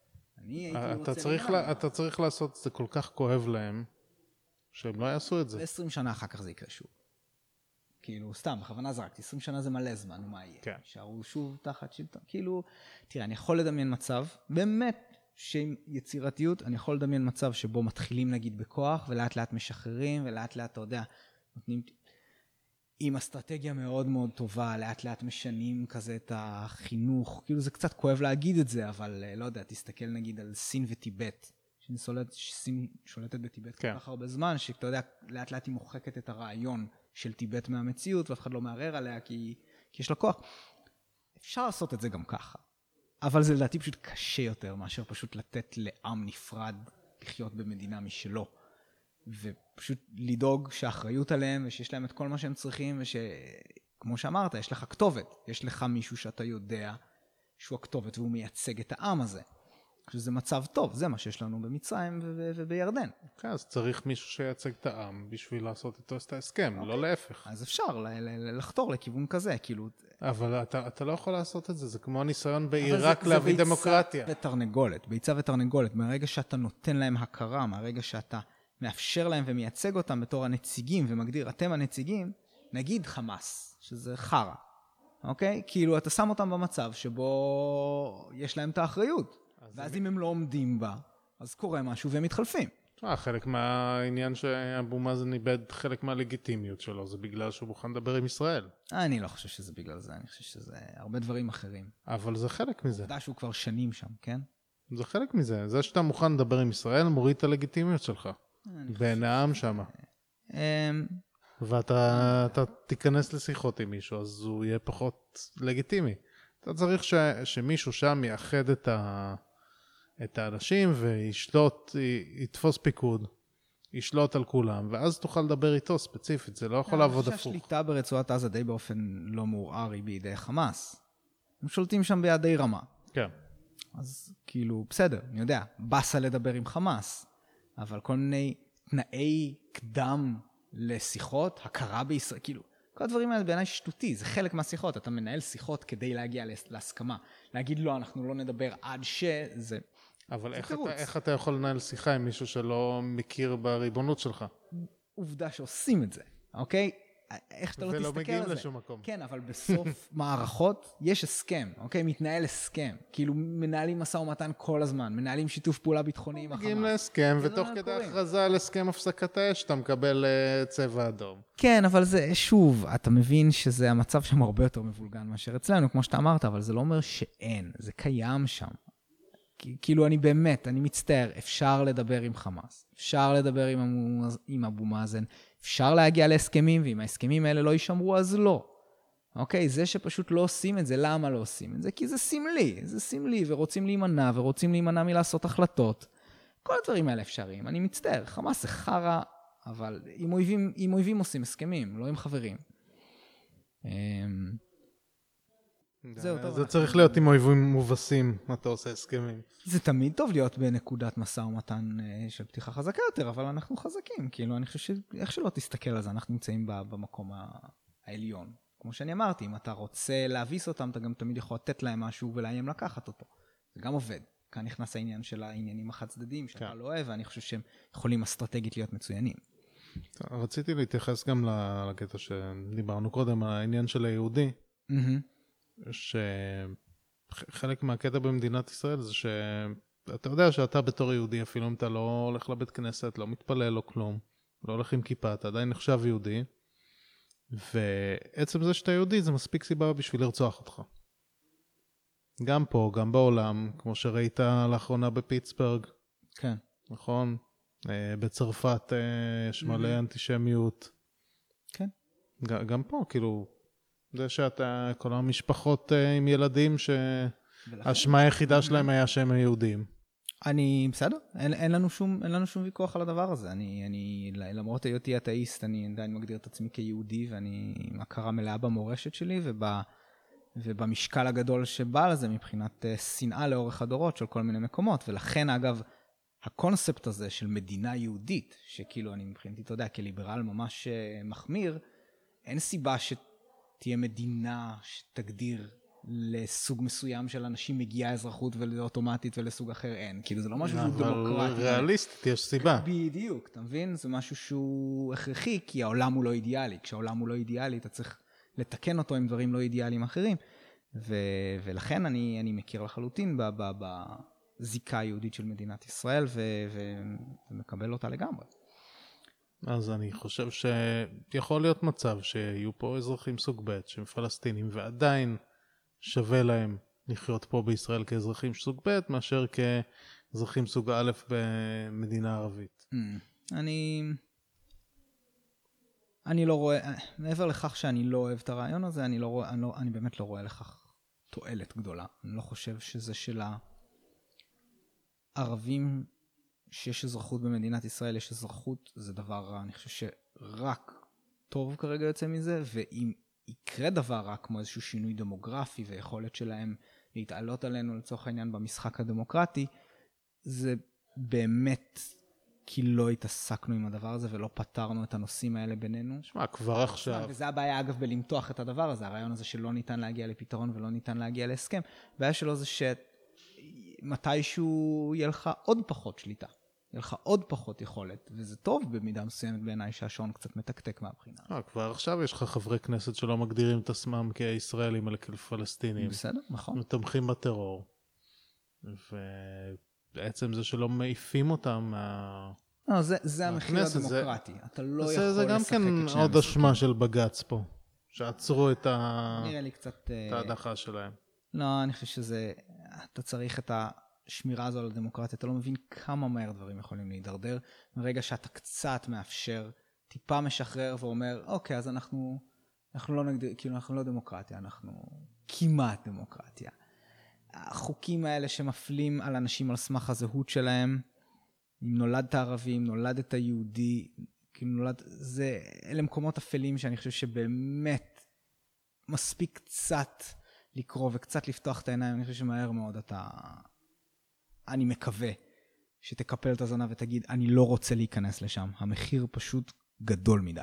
אתה צריך לעשות את זה כל כך כואב להם, שהם לא יעשו את זה. 20 שנה אחר כך זה יקרה שוב. כאילו, סתם, בכוונה זרקתי, 20 שנה זה מלא זמן, ומה יהיה? כן. שערו שוב תחת שלטון. כאילו, תראה, אני יכול לדמיין מצב, באמת, שעם יצירתיות, אני יכול לדמיין מצב שבו מתחילים נגיד בכוח, ולאט לאט משחררים, ולאט לאט, אתה יודע, נותנים... עם אסטרטגיה מאוד מאוד טובה, לאט לאט משנים כזה את החינוך, כאילו זה קצת כואב להגיד את זה, אבל לא יודע, תסתכל נגיד על סין וטיבט, שסין שולטת בטיבט כל כך הרבה זמן, שאתה יודע, לאט לאט היא מוחקת את הרעיון של טיבט מהמציאות, ואף אחד לא מערער עליה, כי יש לה כוח. אפשר לעשות את זה גם ככה, אבל זה לדעתי פשוט קשה יותר, מאשר פשוט לתת לעם נפרד לחיות במדינה משלו. ופשוט לדאוג שהאחריות עליהם, ושיש להם את כל מה שהם צריכים, ושכמו שאמרת, יש לך כתובת, יש לך מישהו שאתה יודע שהוא הכתובת, והוא מייצג את העם הזה. שזה מצב טוב, זה מה שיש לנו במצרים ובירדן. אוקיי, אז צריך מישהו שייצג את העם, בשביל לעשות איתו את ההסכם, לא להפך. אז אפשר לחתור לכיוון כזה, כאילו... אבל אתה לא יכול לעשות את זה, זה כמו הניסיון בעיראק להביא דמוקרטיה. ביצה ותרנגולת, מהרגע שאתה נותן להם הכרה, מהרגע שאתה מאפשר להם ומייצג אותם בתור הנציגים, ומגדיר, אתם הנציגים, נגיד חמאס, שזה חרה, אוקיי? כאילו, אתה שם אותם במצב שבו יש להם את האחריות, ואז אם הם לא עומדים בה, אז קורה משהו והם מתחלפים. חלק מהעניין שאבו מאזן איבד חלק מהלגיטימיות שלו, זה בגלל שהוא מוכן לדבר עם ישראל. אני לא חושב שזה בגלל זה, אני חושב שזה הרבה דברים אחרים. אבל זה חלק מזה. עובדה שהוא כבר שנים שם, כן? זה חלק מזה. זה שאתה מוכן לדבר עם ישראל, מוריד את הלגיטימיות שלך. בעיני העם שם. ואתה תיכנס לשיחות עם מישהו, אז הוא יהיה פחות לגיטימי. אתה צריך שמישהו שם יאחד את האנשים וישלוט, יתפוס פיקוד, ישלוט על כולם, ואז תוכל לדבר איתו ספציפית, זה לא יכול לעבוד הפוך. השליטה ברצועת עזה די באופן לא מעורער היא בידי חמאס. הם שולטים שם בידי רמה. כן. אז כאילו, בסדר, אני יודע, בסה לדבר עם חמאס, אבל כל מיני תנאי קדם לשיחות, הכרה בישראל, כאילו, כל הדברים האלה בעיניי שטותי, זה חלק מהשיחות, אתה מנהל שיחות כדי להגיע להסכמה. להגיד לא, אנחנו לא נדבר עד שזה... אבל איך אתה יכול לנהל שיחה עם מישהו שלא מכיר בריבונות שלך? עובדה שעושים את זה, אוקיי? איך שאתה לא תסתכל על זה. ולא מגיעים לשום מקום. כן, אבל בסוף מערכות יש הסכם, אוקיי? מתנהל הסכם. כאילו מנהלים משא ומתן כל הזמן, מנהלים שיתוף פעולה ביטחוני עם החמאס. מגיעים להסכם, ותוך כדי הכרזה על הסכם הפסקת האש, אתה מקבל צבע אדום. כן, אבל זה, שוב, אתה מבין שזה המצב שם הרבה יותר מבולגן מאשר אצלנו, כמו שאתה אמרת, אבל זה לא אומר שאין, זה קיים שם. כאילו אני באמת, אני מצטער, אפשר לדבר עם חמאס, אפשר לדבר עם אבו מאזן, אפשר להגיע להסכמים, ואם ההסכמים האלה לא יישמרו, אז לא. אוקיי, זה שפשוט לא עושים את זה, למה לא עושים את זה? כי זה סמלי, ורוצים להימנע מלעשות החלטות. כל הדברים האלה אפשריים, אני מצטער, חמאס זה חרה, אבל עם אויבים עושים הסכמים, לא עם חברים. זה צריך להיות עם אויבים מובסים, אתה עושה הסכמים. זה תמיד טוב להיות בנקודת משא ומתן של פתיחה חזקה יותר, אבל אנחנו חזקים, כאילו אני חושב שאיך שלא תסתכל על זה, אנחנו נמצאים במקום העליון. כמו שאני אמרתי, אם אתה רוצה להביס אותם, אתה גם תמיד יכול לתת להם משהו ולאיים לקחת אותו. זה גם עובד. כאן נכנס העניין של העניינים החד-צדדיים, שאתה לא אוהב, ואני חושב שהם יכולים אסטרטגית להיות מצוינים. רציתי להתייחס גם לקטע שדיברנו קודם, העניין של היהודי. שחלק מהקטע במדינת ישראל זה שאתה יודע שאתה בתור יהודי, אפילו אם אתה לא הולך לבית כנסת, לא מתפלל, לא כלום, לא הולך עם כיפה, אתה עדיין נחשב יהודי, ועצם זה שאתה יהודי זה מספיק סיבה בשביל לרצוח אותך. גם פה, גם בעולם, כמו שראית לאחרונה בפיטסבורג. כן. נכון? בצרפת יש מלא אנטישמיות. כן. גם פה, כאילו, זה שאתה, כל המשפחות עם ילדים שהשמה היחידה שלהם היה שהם היהודים. אני, בסדר, אין לנו שום ויכוח על הדבר הזה. אני למרות היותי אתאיסט, אני עדיין מגדיר את עצמי כיהודי, ואני עם הכרה מלאה במורשת שלי, ובמשקל הגדול שבא לזה מבחינת שנאה לאורך הדורות של כל מיני מקומות. ולכן, אגב, הקונספט הזה של מדינה יהודית, שכאילו אני מבחינתי, אתה יודע, כליברל ממש מחמיר, אין סיבה תהיה מדינה שתגדיר לסוג מסוים של אנשים מגיעה אזרחות ולאוטומטית ולסוג אחר אין. כאילו זה לא משהו שהוא דמוקרטי. אבל ריאליסטית יש סיבה. בדיוק, אתה מבין? זה משהו שהוא הכרחי, כי העולם הוא לא אידיאלי. כשהעולם הוא לא אידיאלי, אתה צריך לתקן אותו עם דברים לא אידיאליים אחרים. ולכן אני מכיר לחלוטין בזיקה היהודית של מדינת ישראל, ומקבל אותה לגמרי. אז אני חושב שיכול להיות מצב שיהיו פה אזרחים סוג ב' שהם פלסטינים ועדיין שווה להם לחיות פה בישראל כאזרחים סוג ב' מאשר כאזרחים סוג א' במדינה ערבית. אני לא רואה, מעבר לכך שאני לא אוהב את הרעיון הזה, אני באמת לא רואה לכך תועלת גדולה. אני לא חושב שזה של הערבים שיש אזרחות במדינת ישראל, יש אזרחות, זה דבר רע. אני חושב שרק טוב כרגע יוצא מזה, ואם יקרה דבר רע כמו איזשהו שינוי דמוגרפי ויכולת שלהם להתעלות עלינו לצורך העניין במשחק הדמוקרטי, זה באמת כי לא התעסקנו עם הדבר הזה ולא פתרנו את הנושאים האלה בינינו. שמע, כבר עכשיו. וזה הבעיה אגב בלמתוח את הדבר הזה, הרעיון הזה שלא ניתן להגיע לפתרון ולא ניתן להגיע להסכם. הבעיה שלו זה שמתישהו יהיה לך עוד פחות שליטה. יהיה לך עוד פחות יכולת, וזה טוב במידה מסוימת בעיניי שהשעון קצת מתקתק מהבחינה. כבר עכשיו יש לך חברי כנסת שלא מגדירים את עצמם כישראלים אלא כפלסטינים. בסדר, נכון. ותומכים בטרור. ובעצם זה שלא מעיפים אותם זה המחיר הדמוקרטי. אתה לא יכול לשחק את זה גם כן עוד אשמה של בג"ץ פה. שעצרו את ההדחה שלהם. לא, אני חושב שזה, אתה צריך את השמירה הזו על הדמוקרטיה, אתה לא מבין כמה מהר דברים יכולים להידרדר, מרגע שאתה קצת מאפשר, טיפה משחרר ואומר, אוקיי, אז אנחנו לא נגדיר, כאילו אנחנו לא דמוקרטיה, אנחנו כמעט דמוקרטיה. החוקים האלה שמפלים על אנשים על סמך הזהות שלהם, אם נולדת ערבי, אם נולדת יהודי, כאילו אלה מקומות אפלים שאני חושב שבאמת מספיק קצת לקרוא וקצת לפתוח את העיניים, אני חושב שמהר מאוד אני מקווה שתקפל את הזונה ותגיד, אני לא רוצה להיכנס לשם. המחיר פשוט גדול מדי.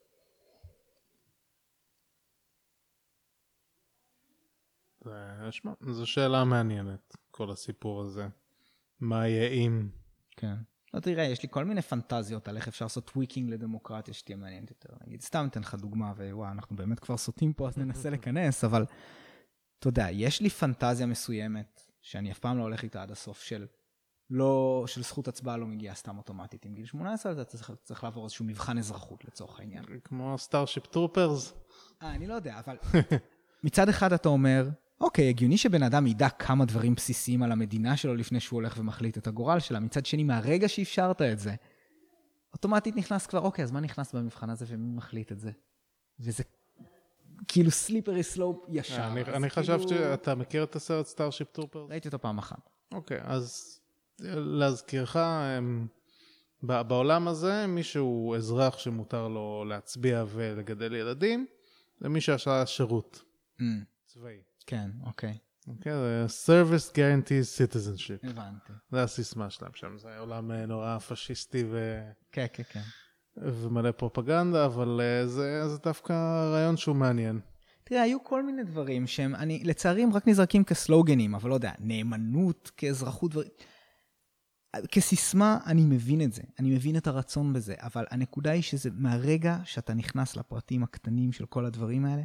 זו שאלה מעניינת, כל הסיפור הזה. מה יהיה אם? כן. לא תראה, יש לי כל מיני פנטזיות על איך אפשר לעשות טוויקינג לדמוקרטיה שתהיה מעניינת יותר. נגיד, סתם אתן לך דוגמה, ווואו, אנחנו באמת כבר סוטים פה, אז ננסה לכנס, אבל אתה יודע, יש לי פנטזיה מסוימת, שאני אף פעם לא הולך איתה עד הסוף של זכות הצבעה לא מגיעה סתם אוטומטית. עם גיל 18 אתה צריך לעבור איזשהו מבחן אזרחות לצורך העניין. כמו סטארשיפ טרופרס. אני לא יודע, אבל מצד אחד אתה אומר, אוקיי, הגיוני שבן אדם ידע כמה דברים בסיסיים על המדינה שלו לפני שהוא הולך ומחליט את הגורל שלה. מצד שני, מהרגע שאפשרת את זה, אוטומטית נכנס כבר, אוקיי, אז מה נכנס במבחן הזה ומי מחליט את זה? וזה כאילו סליפרי סלופ ישר. אני חשבתי שאתה מכיר את הסרט סטארשיפ טרופרס? ראיתי אותו פעם אחת. אוקיי, אז להזכירך, בעולם הזה מי שהוא אזרח שמותר לו להצביע ולגדל ילדים, זה מי שעשה שירות צבאי. כן, אוקיי. אוקיי, זה Service Guaranteed Citizenship. הבנתי. זה הסיסמה שלהם שם, זה עולם נורא פשיסטי כן, כן, כן. ומלא פרופגנדה, אבל זה דווקא רעיון שהוא מעניין. תראה, היו כל מיני דברים שהם, לצערי הם רק נזרקים כסלוגנים, אבל לא יודע, נאמנות, כאזרחות, כסיסמה, אני מבין את זה, אני מבין את הרצון בזה, אבל הנקודה היא שזה מהרגע שאתה נכנס לפרטים הקטנים של כל הדברים האלה,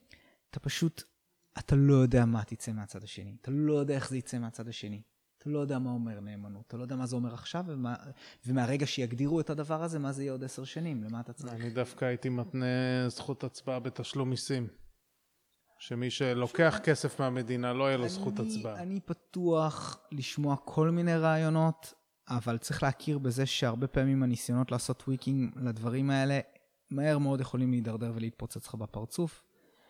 אתה לא יודע מה תצא מהצד השני, אתה לא יודע איך זה יצא מהצד השני, אתה לא יודע מה אומר נאמנות, אתה לא יודע מה זה אומר עכשיו, ומהרגע שיגדירו את הדבר הזה, מה זה יהיה עוד 10 שנים, למה אתה צריך? אני דווקא הייתי מתנה זכות הצבעה בתשלום מיסים. שמי שלוקח כסף מהמדינה לא יהיה לו זכות הצבעה. אני פתוח לשמוע כל מיני רעיונות, אבל צריך להכיר בזה שהרבה פעמים הניסיונות לעשות טוויקינג לדברים האלה, מהר מאוד יכולים להידרדר ולהתפוצץ לך בפרצוף.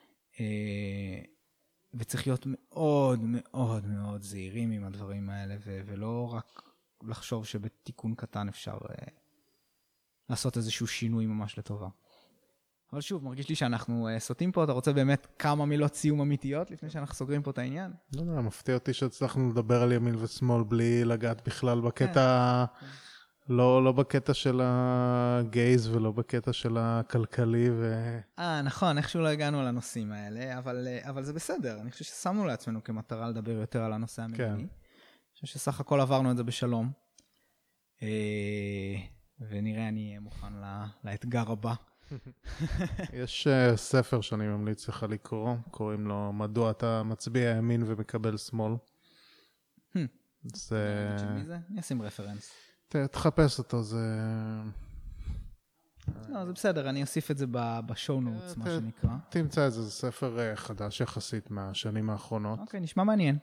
וצריך להיות מאוד מאוד מאוד זהירים עם הדברים האלה, ולא רק לחשוב שבתיקון קטן אפשר לעשות איזשהו שינוי ממש לטובה. אבל שוב, מרגיש לי שאנחנו סוטים פה, אתה רוצה באמת כמה מילות סיום אמיתיות לפני שאנחנו סוגרים פה את העניין? לא יודע, מפתיע אותי שהצלחנו לדבר על ימין ושמאל בלי לגעת בכלל בקטע, לא בקטע של הגייז ולא בקטע של הכלכלי. נכון, איכשהו לא הגענו על הנושאים האלה, אבל זה בסדר, אני חושב ששמנו לעצמנו כמטרה לדבר יותר על הנושא המדיני. אני חושב שסך הכל עברנו את זה בשלום, ונראה אני אהיה מוכן לאתגר הבא. יש ספר שאני ממליץ לך לקרוא, קוראים לו מדוע אתה מצביע ימין ומקבל שמאל. זה... מי זה? אני אשים רפרנס. תחפש אותו, זה... לא, זה בסדר, אני אוסיף את זה בשואו נוטס, מה שנקרא. תמצא את זה, זה ספר חדש יחסית מהשנים האחרונות. אוקיי, נשמע מעניין.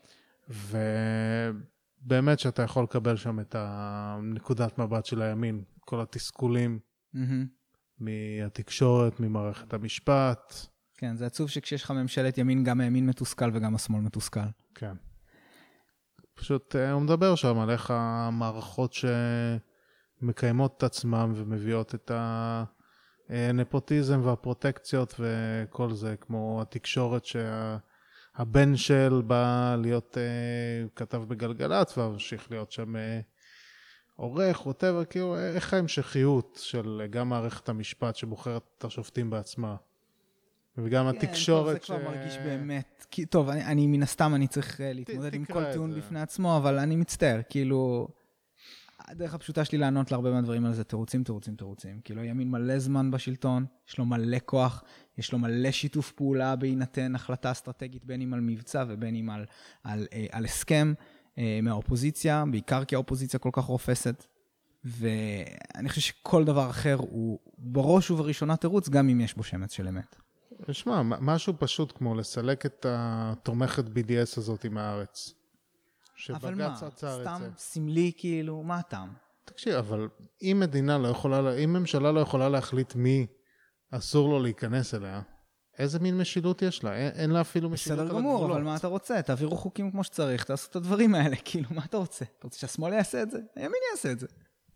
ובאמת שאתה יכול לקבל שם את הנקודת מבט של הימין, כל התסכולים מהתקשורת, ממערכת המשפט. כן, זה עצוב שכשיש לך ממשלת ימין, גם הימין מתוסכל וגם השמאל מתוסכל. כן. פשוט הוא מדבר שם על איך המערכות שמקיימות את עצמם ומביאות את הנפוטיזם והפרוטקציות וכל זה, כמו התקשורת שהבן של בא להיות כתב בגלגלצ והמשיך להיות שם עורך, whatever, כאילו איך ההמשכיות של גם מערכת המשפט שבוחרת את השופטים בעצמה. וגם התקשורת זה כבר מרגיש באמת, טוב, אני מן הסתם אני צריך להתמודד עם כל טיעון בפני עצמו, אבל אני מצטער, כאילו, הדרך הפשוטה שלי לענות להרבה מהדברים על זה, תירוצים. כאילו, הימין מלא זמן בשלטון, יש לו מלא כוח, יש לו מלא שיתוף פעולה בהינתן החלטה אסטרטגית, בין אם על מבצע ובין אם על הסכם מהאופוזיציה, בעיקר כי האופוזיציה כל כך רופסת, ואני חושב שכל דבר אחר הוא בראש ובראשונה תירוץ, גם אם יש בו שמץ של אמת. תשמע, משהו פשוט כמו לסלק את התומכת BDS הזאת מהארץ. אבל מה, סתם סמלי כאילו, מה הטעם? תקשיב, אבל אם ממשלה לא יכולה להחליט מי אסור לו להיכנס אליה, איזה מין משילות יש לה? אין לה אפילו משילות על הגבולות. בסדר גמור, אבל מה אתה רוצה? תעבירו חוקים כמו שצריך, תעשו את הדברים האלה, כאילו, מה אתה רוצה? אתה רוצה שהשמאל יעשה את זה? הימין יעשה את זה.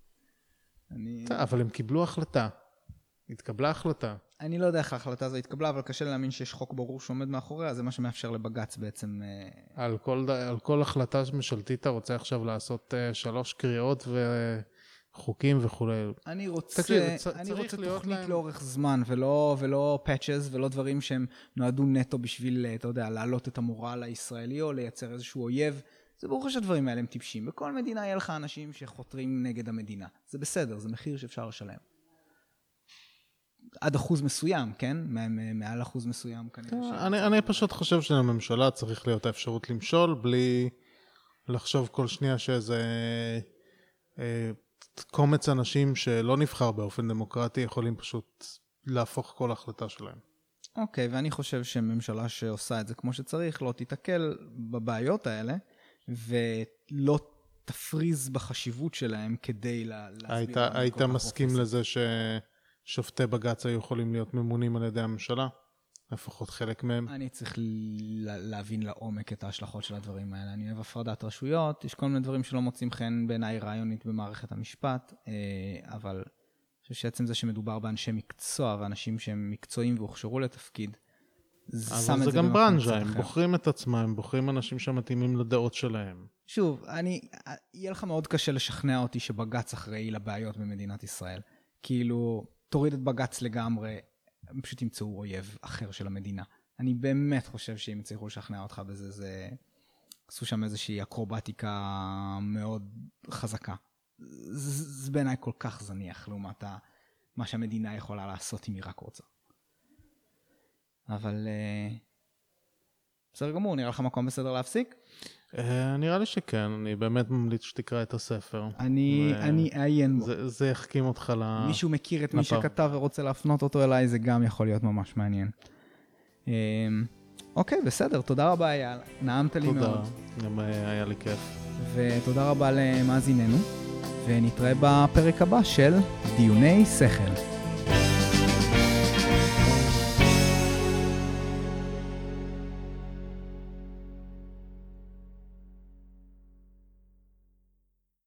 אבל הם קיבלו החלטה. התקבלה החלטה. אני לא יודע איך ההחלטה הזו התקבלה, אבל קשה להאמין שיש חוק ברור שעומד מאחוריה, זה מה שמאפשר לבג"ץ בעצם. על כל החלטה ממשלתית אתה רוצה עכשיו לעשות 3 קריאות וחוקים וכו'. אני רוצה תוכנית לאורך זמן, ולא patches, ולא דברים שהם נועדו נטו בשביל, אתה יודע, להעלות את המורל הישראלי, או לייצר איזשהו אויב. זה ברור שהדברים האלה הם טיפשים. בכל מדינה יהיה לך אנשים שחותרים נגד המדינה. זה בסדר, זה מחיר שאפשר לשלם. עד אחוז מסוים, כן? מעל אחוז מסוים כנראה. אני פשוט חושב שלממשלה צריך להיות האפשרות למשול, בלי לחשוב כל שנייה שאיזה קומץ אנשים שלא נבחר באופן דמוקרטי, יכולים פשוט להפוך כל החלטה שלהם. אוקיי, ואני חושב שממשלה שעושה את זה כמו שצריך, לא תתקל בבעיות האלה, ולא תפריז בחשיבות שלהם כדי להסביר. היית מסכים לזה שופטי בג"ץ היו יכולים להיות ממונים על ידי הממשלה? לפחות חלק מהם. אני צריך להבין לעומק את ההשלכות של הדברים האלה. אני אוהב הפרדת רשויות, יש כל מיני דברים שלא מוצאים חן בעיניי רעיונית במערכת המשפט, אבל אני חושב שעצם זה שמדובר באנשי מקצוע, ואנשים שהם מקצועיים והוכשרו לתפקיד, אבל זה גם ברנז'ה, הם בוחרים את עצמם, הם בוחרים אנשים שמתאימים לדעות שלהם. שוב, יהיה לך מאוד קשה לשכנע אותי שבג"ץ אחראי לבעיות במדינת ישראל. כאילו, תוריד את בג"ץ לגמרי, הם פשוט ימצאו אויב אחר של המדינה. אני באמת חושב שאם יצליחו לשכנע אותך בזה, זה עשו שם איזושהי אקרובטיקה מאוד חזקה. זה בעיניי כל כך זניח, לעומת מה שהמדינה יכולה לעשות אם היא רק רוצה. אבל בסדר גמור, נראה לך מקום בסדר להפסיק? נראה לי שכן, אני באמת ממליץ שתקרא את הספר. אני אעיין בו. זה יחכים אותך מישהו מכיר את מי שכתב ורוצה להפנות אותו אליי, זה גם יכול להיות ממש מעניין. אוקיי, בסדר, תודה רבה אייל, נעמת לי מאוד. תודה, גם היה לי כיף. ותודה רבה למאזיננו, ונתראה בפרק הבא של דיוני שכל.